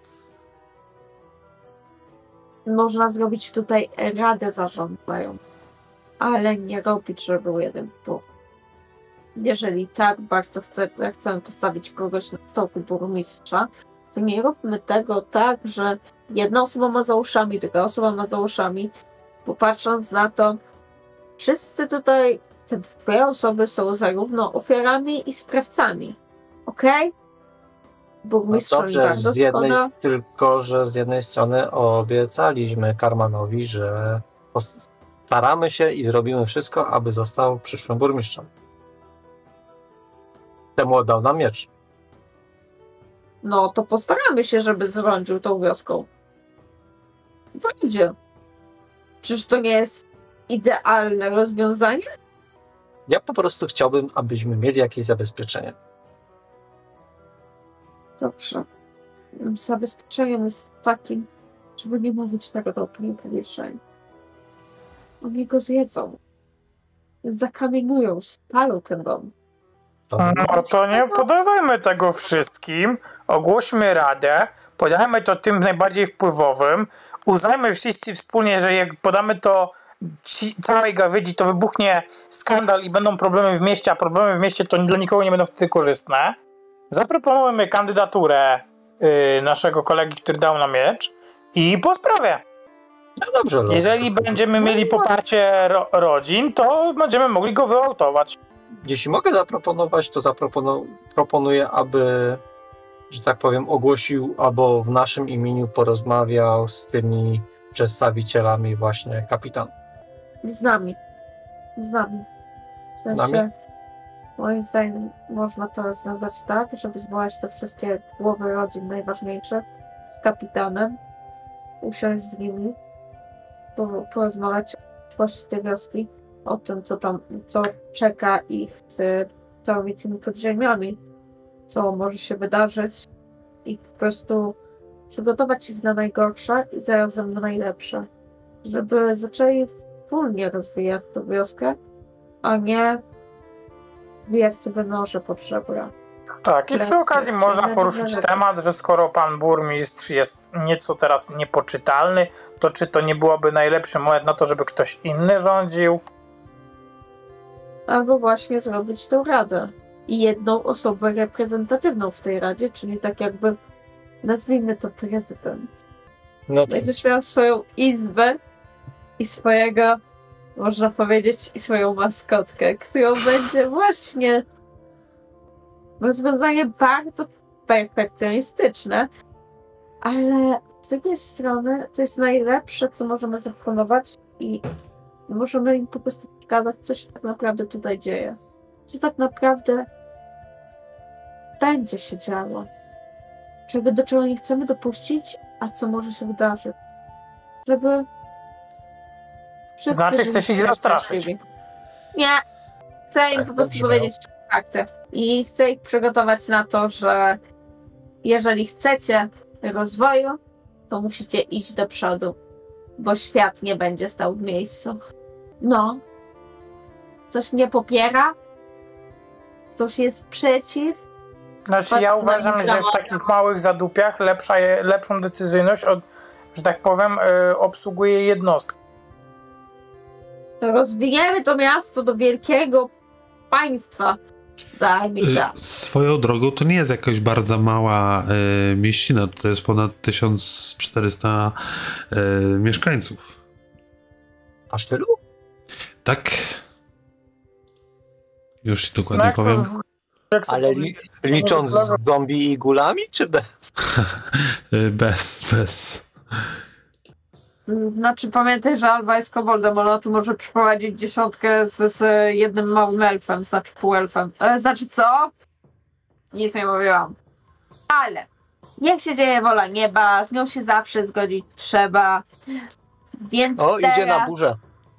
Można zrobić tutaj radę zarządzają, ale nie robić, żeby był jeden wpływ. Jeżeli tak bardzo chcemy postawić kogoś na stołku burmistrza, to nie róbmy tego tak, że jedna osoba ma za uszami, druga osoba ma za uszami, bo patrząc na to, wszyscy tutaj, te dwie osoby są zarówno ofiarami i sprawcami. Okej? Burmistrz bardzo tylko że z jednej strony obiecaliśmy Karmanowi, że staramy się i zrobimy wszystko, aby został przyszłym burmistrzem. Temu oddał nam miecz. No to postaramy się, żeby zarządził tą wioską. Wyjdzie. Przecież to nie jest idealne rozwiązanie? Ja po prostu chciałbym, abyśmy mieli jakieś zabezpieczenie. Dobrze. Zabezpieczeniem jest takim, żeby nie mówić tego do opinii publicznej. Oni go zjedzą. Zakamieniują, spalą ten dom. No to nie podawajmy tego wszystkim, ogłośmy radę, podajmy to tym najbardziej wpływowym, uznajmy wszyscy wspólnie, że jak podamy to całej gawędzi, to wybuchnie skandal i będą problemy w mieście, a problemy w mieście to dla nikogo nie będą wtedy korzystne. Zaproponujemy kandydaturę naszego kolegi, który dał nam miecz i po sprawie. No dobrze. Jeżeli będziemy mieli poparcie rodzin, to będziemy mogli go wyautować. Jeśli mogę zaproponować, to proponuję, aby, że tak powiem, ogłosił albo w naszym imieniu porozmawiał z tymi przedstawicielami właśnie kapitan. Z nami. W sensie, moim zdaniem można to rozwiązać tak, żeby zwołać te wszystkie głowy rodzin najważniejsze z kapitanem, usiąść z nimi, porozmawiać o przyszłości tej wioski, o tym, co czeka ich całymi tymi podziemiami, co może się wydarzyć i po prostu przygotować ich na najgorsze i zarazem na najlepsze, żeby zaczęli wspólnie rozwijać tę wioskę, a nie wbijać sobie noże pod żebra. Tak, i przy okazji można Lepiej. poruszyć temat, że skoro pan burmistrz jest nieco teraz niepoczytalny, to czy to nie byłoby najlepszy moment na to, żeby ktoś inny rządził? Albo właśnie zrobić tę radę. I jedną osobę reprezentatywną w tej radzie, czyli tak jakby nazwijmy to prezydent. No, Będziesz miał swoją izbę i swojego, można powiedzieć, i swoją maskotkę, którą będzie właśnie rozwiązanie bardzo perfekcjonistyczne, ale z drugiej strony to jest najlepsze, co możemy zaproponować i możemy im po prostu pokazać, co się tak naprawdę tutaj dzieje. Co tak naprawdę będzie się działo. Do czego nie chcemy dopuścić, a co może się wydarzyć. Żeby wszyscy Znaczy chcesz ich byli zastraszyć? szczęśliwi. Nie. Chcę im Tak, po prostu dobrze powiedzieć fakty. I chcę ich przygotować na to, że jeżeli chcecie rozwoju, to musicie iść do przodu, bo świat nie będzie stał w miejscu. No. Ktoś mnie popiera? Ktoś jest przeciw? Znaczy ja uważam, że w takich małych zadupiach lepszą decyzyjność że tak powiem, obsługuje jednostkę. Rozwijemy to miasto do wielkiego państwa. Daj mi czas. Swoją drogą to nie jest jakaś bardzo mała mieścina, to jest ponad 1400 mieszkańców. Aż tylu? Tak. Już ci dokładnie powiem. Ale licząc z zombie i gulami, czy bez? Bez. Znaczy pamiętaj, że Alwa jest koboldem, ona tu może przyprowadzić dziesiątkę z jednym małym elfem, znaczy półelfem. Znaczy co? Nic nie mówiłam. Ale niech się dzieje wola nieba, z nią się zawsze zgodzić trzeba. Więc Idzie na burzę.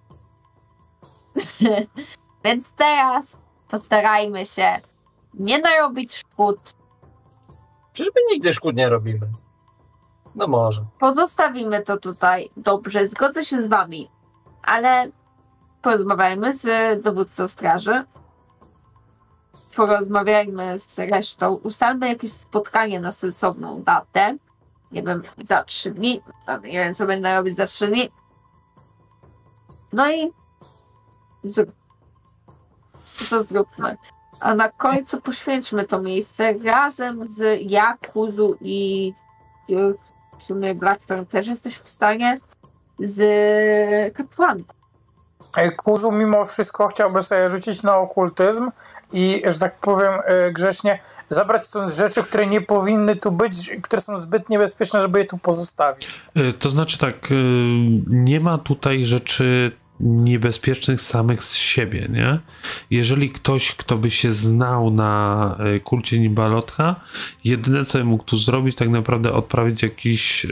Więc teraz postarajmy się nie narobić szkód. Czyżby nigdy szkód nie robimy? No może. Pozostawimy to tutaj. Dobrze, zgodzę się z wami. Ale porozmawiajmy z dowódcą straży. Porozmawiajmy z resztą. Ustalmy jakieś spotkanie na sensowną datę. Nie wiem, za 3 dni. Nie wiem, co będę robić za 3 dni. No i to zróbmy. A na końcu poświęćmy to miejsce razem z Jakuzu i w sumie Blackthorn też jesteś w stanie z kapłanką. Kuzu mimo wszystko chciałby sobie rzucić na okultyzm i, że tak powiem grzecznie, zabrać stąd rzeczy, które nie powinny tu być, które są zbyt niebezpieczne, żeby je tu pozostawić. To znaczy tak, nie ma tutaj rzeczy niebezpiecznych samych z siebie, nie? Jeżeli ktoś, kto by się znał na kulcie Nibalotka, jedyne co mógł tu zrobić, tak naprawdę odprawić jakieś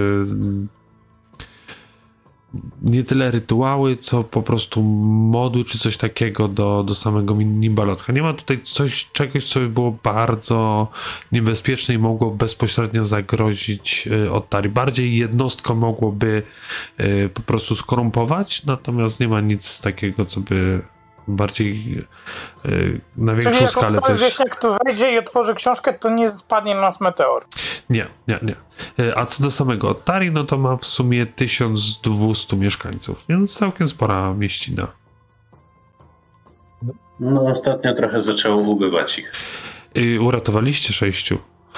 nie tyle rytuały, co po prostu modły, czy coś takiego do samego Nibalotka. Nie ma tutaj czegoś, co by było bardzo niebezpieczne i mogło bezpośrednio zagrozić Ottari. Bardziej jednostko mogłoby po prostu skorumpować, natomiast nie ma nic takiego, co by bardziej na większą skalę coś... Czyli jak tu wejdzie i otworzy książkę, to nie spadnie na nas meteor. Nie. A co do samego Ottari, no to ma w sumie 1200 mieszkańców, więc całkiem spora mieścina. No ostatnio trochę zaczęło ubywać ich. Uratowaliście 6.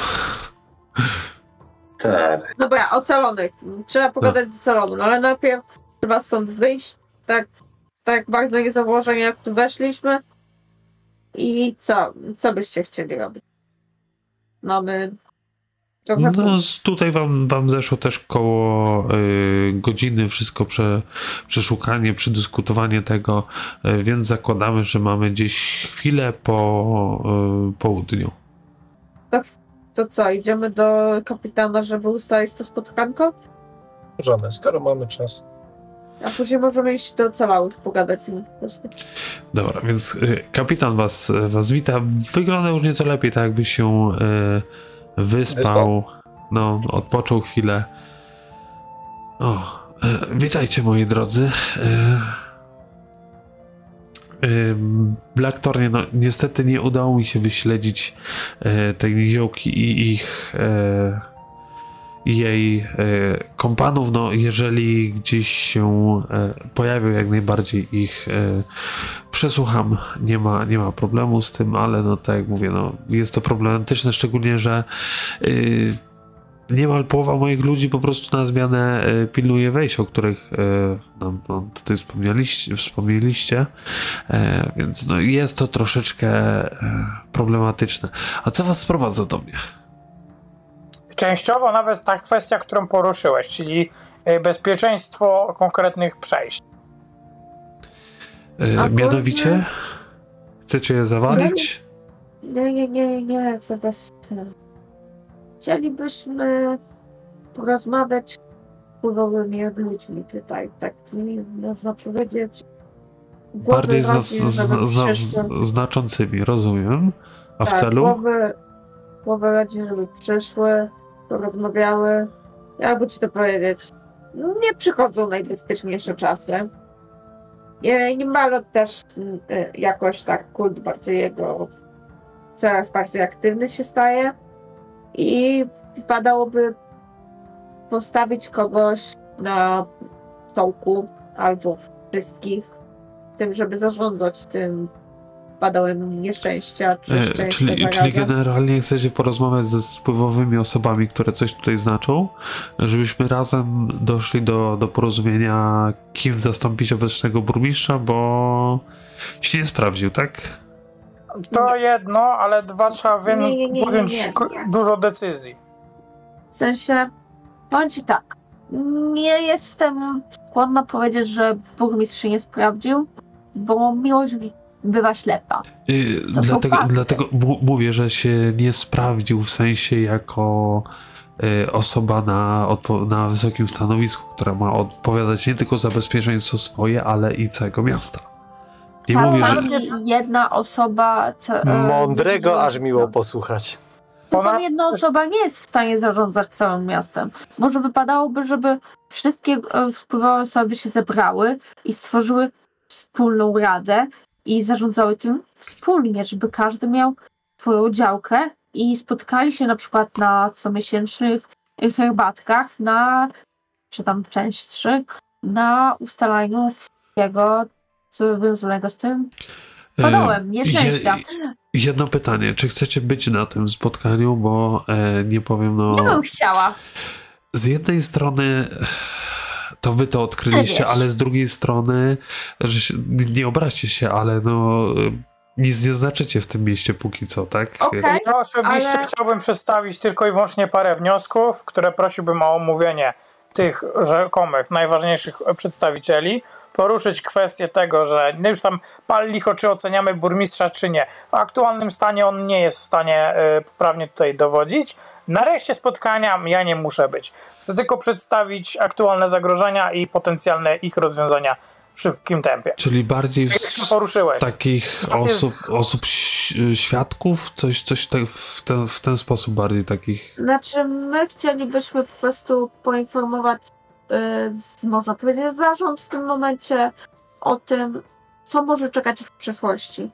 Tak. Dobra, ocalonych. Trzeba pogadać z ocalonym, ale najpierw trzeba stąd wyjść. Tak bardzo nie założenie, jak tu weszliśmy. I co byście chcieli robić? Mamy trochę... No tutaj wam zeszło też koło godziny wszystko przeszukanie, przedyskutowanie tego, więc zakładamy, że mamy gdzieś chwilę po południu. To co, idziemy do kapitana, żeby ustalić to spotkanko? Możemy, skoro mamy czas. A później możemy iść do ocalałych, pogadać z nimi po prostu. Dobra, więc kapitan was wita. Wygląda już nieco lepiej, tak jakby się wyspał. No, odpoczął chwilę. O, witajcie moi drodzy. Blackthornie, no niestety nie udało mi się wyśledzić tej niziołki i ich jej kompanów. No jeżeli gdzieś się pojawią, jak najbardziej ich przesłucham, nie ma problemu z tym, ale no tak jak mówię, no jest to problematyczne, szczególnie, że niemal połowa moich ludzi po prostu na zmianę pilnuje wejść, o których nam tutaj wspomnieliście, więc no jest to troszeczkę problematyczne. A co was sprowadza do mnie? Częściowo nawet ta kwestia, którą poruszyłeś, czyli bezpieczeństwo konkretnych przejść. Mianowicie? Chcecie je zawalić? Nie, co bez... Chcielibyśmy porozmawiać z wpływowymi ludźmi tutaj, tak można powiedzieć. Bardziej znaczącymi, rozumiem. A w celu? Głowy radzi, żeby przyszły, porozmawiały. Jakby ci to powiedzieć, nie przychodzą najbezpieczniejsze czasy. Malot też jakoś tak kult bardziej jego coraz bardziej aktywny się staje. I wypadałoby postawić kogoś na stołku albo wszystkich tym, żeby zarządzać tym padałem nieszczęścia czy szczęścia. Czyli generalnie chcecie porozmawiać ze wpływowymi osobami, które coś tutaj znaczą, żebyśmy razem doszli do porozumienia, kim zastąpić obecnego burmistrza, bo się nie sprawdził, tak? To jedno, ale dwa trzeba podjąć dużo decyzji. W sensie, powiem ci tak, nie jestem skłonna powiedzieć, że burmistrz się nie sprawdził, bo miłość bywa ślepa. Dlatego mówię, że się nie sprawdził w sensie jako osoba na wysokim stanowisku, która ma odpowiadać nie tylko za bezpieczeństwo swoje, ale i całego miasta. Nie mówię, że... jedna osoba... Mądrego aż miło posłuchać. Czasami jedna osoba nie jest w stanie zarządzać całym miastem. Może wypadałoby, żeby wszystkie wpływowe osoby się zebrały i stworzyły wspólną radę i zarządzały tym wspólnie, żeby każdy miał swoją działkę i spotkali się na przykład na comiesięcznych herbatkach, czy tam częstszych, na ustalaniu wszystkiego związanego z tym padołem, nieszczęścia. Jedno pytanie, czy chcecie być na tym spotkaniu, bo nie powiem, Nie bym chciała. Z jednej strony to wy to odkryliście, ale z drugiej strony, że nie obraźcie się, ale nic nie znaczycie w tym mieście póki co, tak? Okay, ja osobiście chciałbym przedstawić tylko i wyłącznie parę wniosków, które prosiłbym o omówienie tych rzekomych, najważniejszych przedstawicieli, poruszyć kwestię tego, że już tam pal licho, czy oceniamy burmistrza, czy nie. W aktualnym stanie on nie jest w stanie poprawnie tutaj dowodzić. Na reszcie spotkania ja nie muszę być. Chcę tylko przedstawić aktualne zagrożenia i potencjalne ich rozwiązania w szybkim tempie. Czyli bardziej takich osób świadków? Coś w ten sposób bardziej takich... Znaczy my chcielibyśmy po prostu poinformować można powiedzieć zarząd w tym momencie o tym, co może czekać w przyszłości.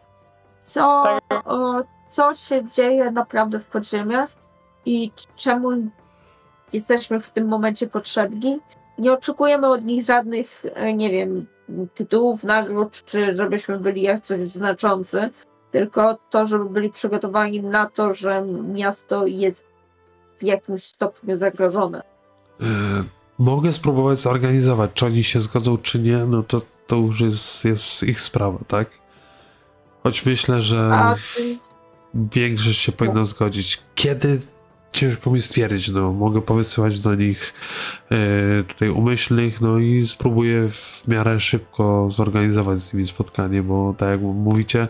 Co się dzieje naprawdę w podziemiach i czemu jesteśmy w tym momencie potrzebni. Nie oczekujemy od nich żadnych, nie wiem, tytułów, nagród, czy żebyśmy byli jak coś znaczący, tylko to, żeby byli przygotowani na to, że miasto jest w jakimś stopniu zagrożone. Mogę spróbować zorganizować, czy oni się zgodzą, czy nie, no to już jest ich sprawa, tak? Choć myślę, że większość się powinna zgodzić. Kiedy? Ciężko mi stwierdzić, mogę powysyłać do nich tutaj umyślnych, i spróbuję w miarę szybko zorganizować z nimi spotkanie, bo tak jak mówicie,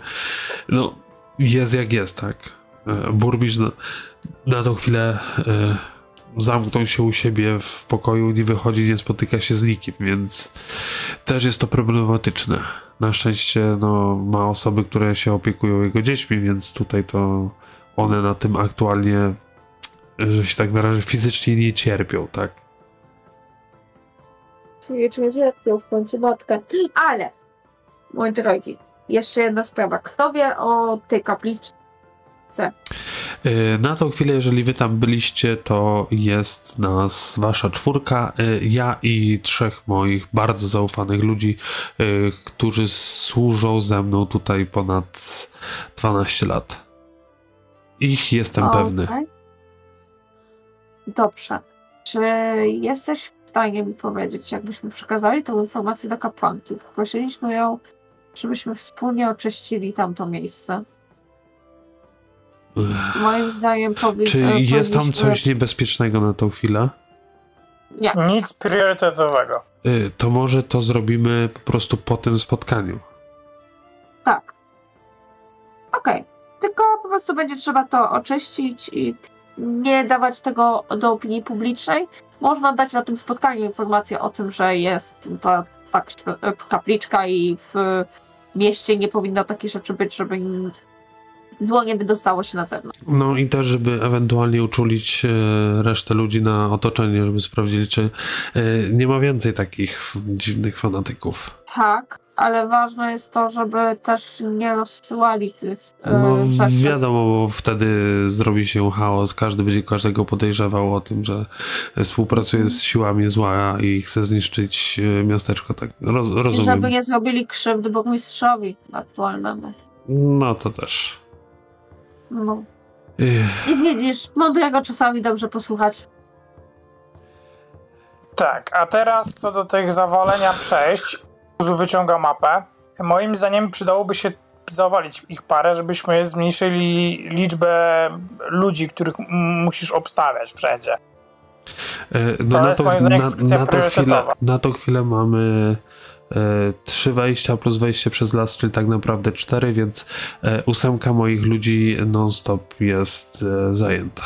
jest jak jest, tak? Burmistrz na tą chwilę zamknął się u siebie w pokoju, nie wychodzi, nie spotyka się z nikim, więc też jest to problematyczne. Na szczęście no, ma osoby, które się opiekują jego dziećmi, więc tutaj to one na tym aktualnie, że się tak wyrażę, fizycznie nie cierpią, tak? Fizycznie cierpią w końcu matkę. Ale, moi drogi, jeszcze jedna sprawa. Kto wie o tej kapliczce? Na tą chwilę, jeżeli wy tam byliście, to jest nas wasza 4, ja i 3 moich bardzo zaufanych ludzi, którzy służą ze mną tutaj ponad 12 lat. Ich jestem pewny. Dobrze. Czy jesteś w stanie mi powiedzieć, jakbyśmy przekazali tę informację do kapłanki? Poprosiliśmy ją, żebyśmy wspólnie oczyścili tamto miejsce. Moim zdaniem Czy jest tam coś niebezpiecznego na tą chwilę? Nie. Nic priorytetowego. To może to zrobimy po prostu po tym spotkaniu. Tak. Okej. Tylko po prostu będzie trzeba to oczyścić i nie dawać tego do opinii publicznej. Można dać na tym spotkaniu informację o tym, że jest ta kapliczka i w mieście nie powinno takich rzeczy być, żeby zło nie wydostało się na zewnątrz. No i też, żeby ewentualnie uczulić resztę ludzi na otoczenie, żeby sprawdzili, czy nie ma więcej takich dziwnych fanatyków. Tak, ale ważne jest to, żeby też nie rozsyłali tych No rzeczy. wiadomo, bo wtedy zrobi się chaos, każdy będzie każdego podejrzewał o tym, że współpracuje z siłami zła i chce zniszczyć miasteczko, tak rozumiem. I żeby nie zrobili krzywdy burmistrzowi aktualnemu. No to też. No. I widzisz, mądrego czasami dobrze posłuchać. Tak, a teraz co do tych zawalenia przejść, wyciąga mapę. Moim zdaniem przydałoby się zawalić ich parę, żebyśmy zmniejszyli liczbę ludzi, których musisz obstawiać wszędzie. No to jest moim zdaniem kwestia priorytetowa. Na tą chwilę mamy 3 wejścia plus wejście przez las, czyli tak naprawdę 4, więc 8 moich ludzi non-stop jest zajęta.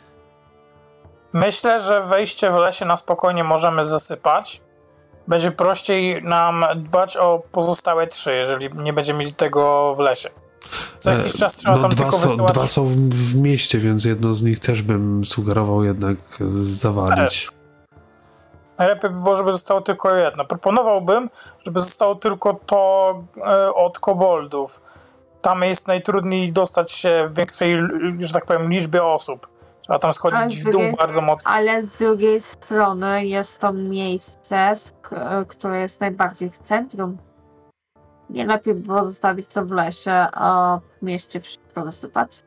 Myślę, że wejście w lesie na spokojnie możemy zasypać. Będzie prościej nam dbać o pozostałe 3, jeżeli nie będziemy mieli tego w lesie. Co jakiś czas trzeba tam tylko wysyłać. 2 są w mieście, więc jedno z nich też bym sugerował jednak zawalić. Najlepiej by było, żeby zostało tylko jedno. Proponowałbym, żeby zostało tylko to od koboldów. Tam jest najtrudniej dostać się w większej, że tak powiem, liczbie osób. Trzeba tam schodzić w dół bardzo mocno. Ale z drugiej strony jest to miejsce, które jest najbardziej w centrum. Nie lepiej było zostawić to w lesie, a w mieście wszystko zasypać?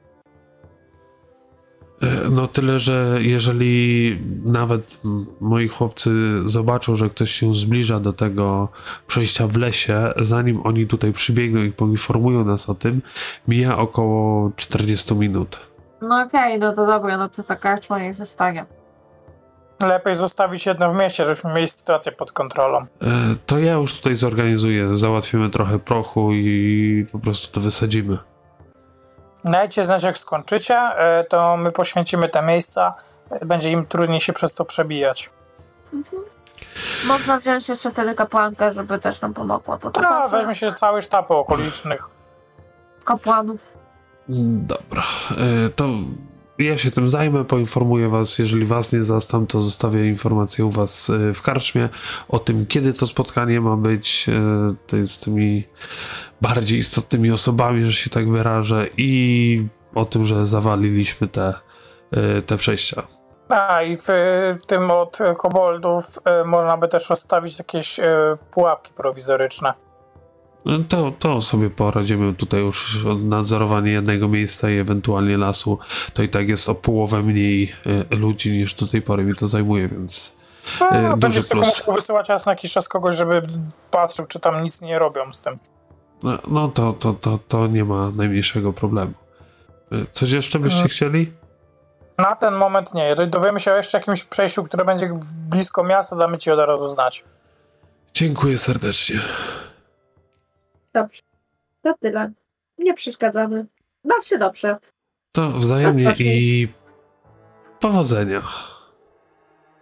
No tyle, że jeżeli nawet moi chłopcy zobaczą, że ktoś się zbliża do tego przejścia w lesie, zanim oni tutaj przybiegną i poinformują nas o tym, mija około 40 minut. No okej, no to dobra, no to ta karczma niech zostanie. Lepiej zostawić jedno w mieście, żebyśmy mieli sytuację pod kontrolą. To ja już tutaj zorganizuję, załatwimy trochę prochu i po prostu to wysadzimy. Dajcie znać, jak skończycie, to my poświęcimy te miejsca, będzie im trudniej się przez to przebijać. Można wziąć jeszcze wtedy kapłankę, żeby też nam pomogła. Bo to weźmie się cały sztab okolicznych kapłanów. Dobra, to ja się tym zajmę, poinformuję was, jeżeli was nie zastam, to zostawię informację u was w karczmie o tym, kiedy to spotkanie ma być, to jest z tymi bardziej istotnymi osobami, że się tak wyrażę, i o tym, że zawaliliśmy te przejścia. I w tym od koboldów można by też rozstawić jakieś pułapki prowizoryczne. To sobie poradzimy. Tutaj już nadzorowanie jednego miejsca i ewentualnie lasu to i tak jest o połowę mniej ludzi niż do tej pory mi to zajmuje, więc duży plus. Musiał wysyłać raz na jakiś czas kogoś, żeby patrzył, czy tam nic nie robią z tym. No to nie ma najmniejszego problemu. Coś jeszcze byście chcieli? Na ten moment nie. Jeżeli dowiemy się o jeszcze jakimś przejściu, które będzie blisko miasta, damy ci od razu znać. Dziękuję serdecznie. Dobrze. To tyle. Nie przeszkadzamy. Baw się dobrze. To wzajemnie i powodzenia.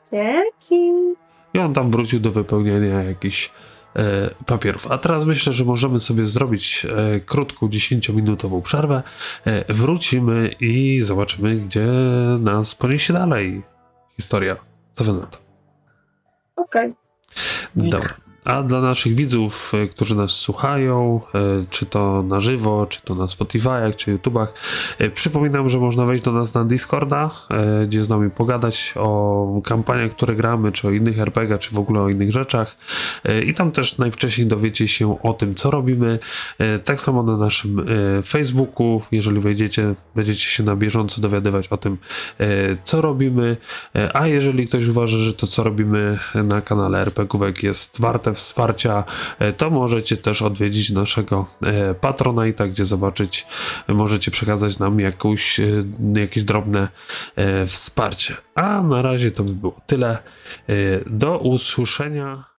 Dzięki. I on tam wrócił do wypełniania jakichś papierów. A teraz myślę, że możemy sobie zrobić krótką 10-minutową przerwę. Wrócimy i zobaczymy, gdzie nas poniesie dalej historia. Co wy na to? Okej. Dobra. A dla naszych widzów, którzy nas słuchają, czy to na żywo, czy to na Spotify'ach, czy YouTubach, przypominam, że można wejść do nas na Discorda, gdzie z nami pogadać o kampaniach, które gramy, czy o innych RPG, czy w ogóle o innych rzeczach. I tam też najwcześniej dowiecie się o tym, co robimy. Tak samo na naszym Facebooku, jeżeli wejdziecie, będziecie się na bieżąco dowiadywać o tym, co robimy. A jeżeli ktoś uważa, że to, co robimy na kanale RPGówek jest warte wsparcia, to możecie też odwiedzić naszego Patronite'a, gdzie zobaczyć, możecie przekazać nam jakieś drobne wsparcie. A na razie to by było tyle. Do usłyszenia.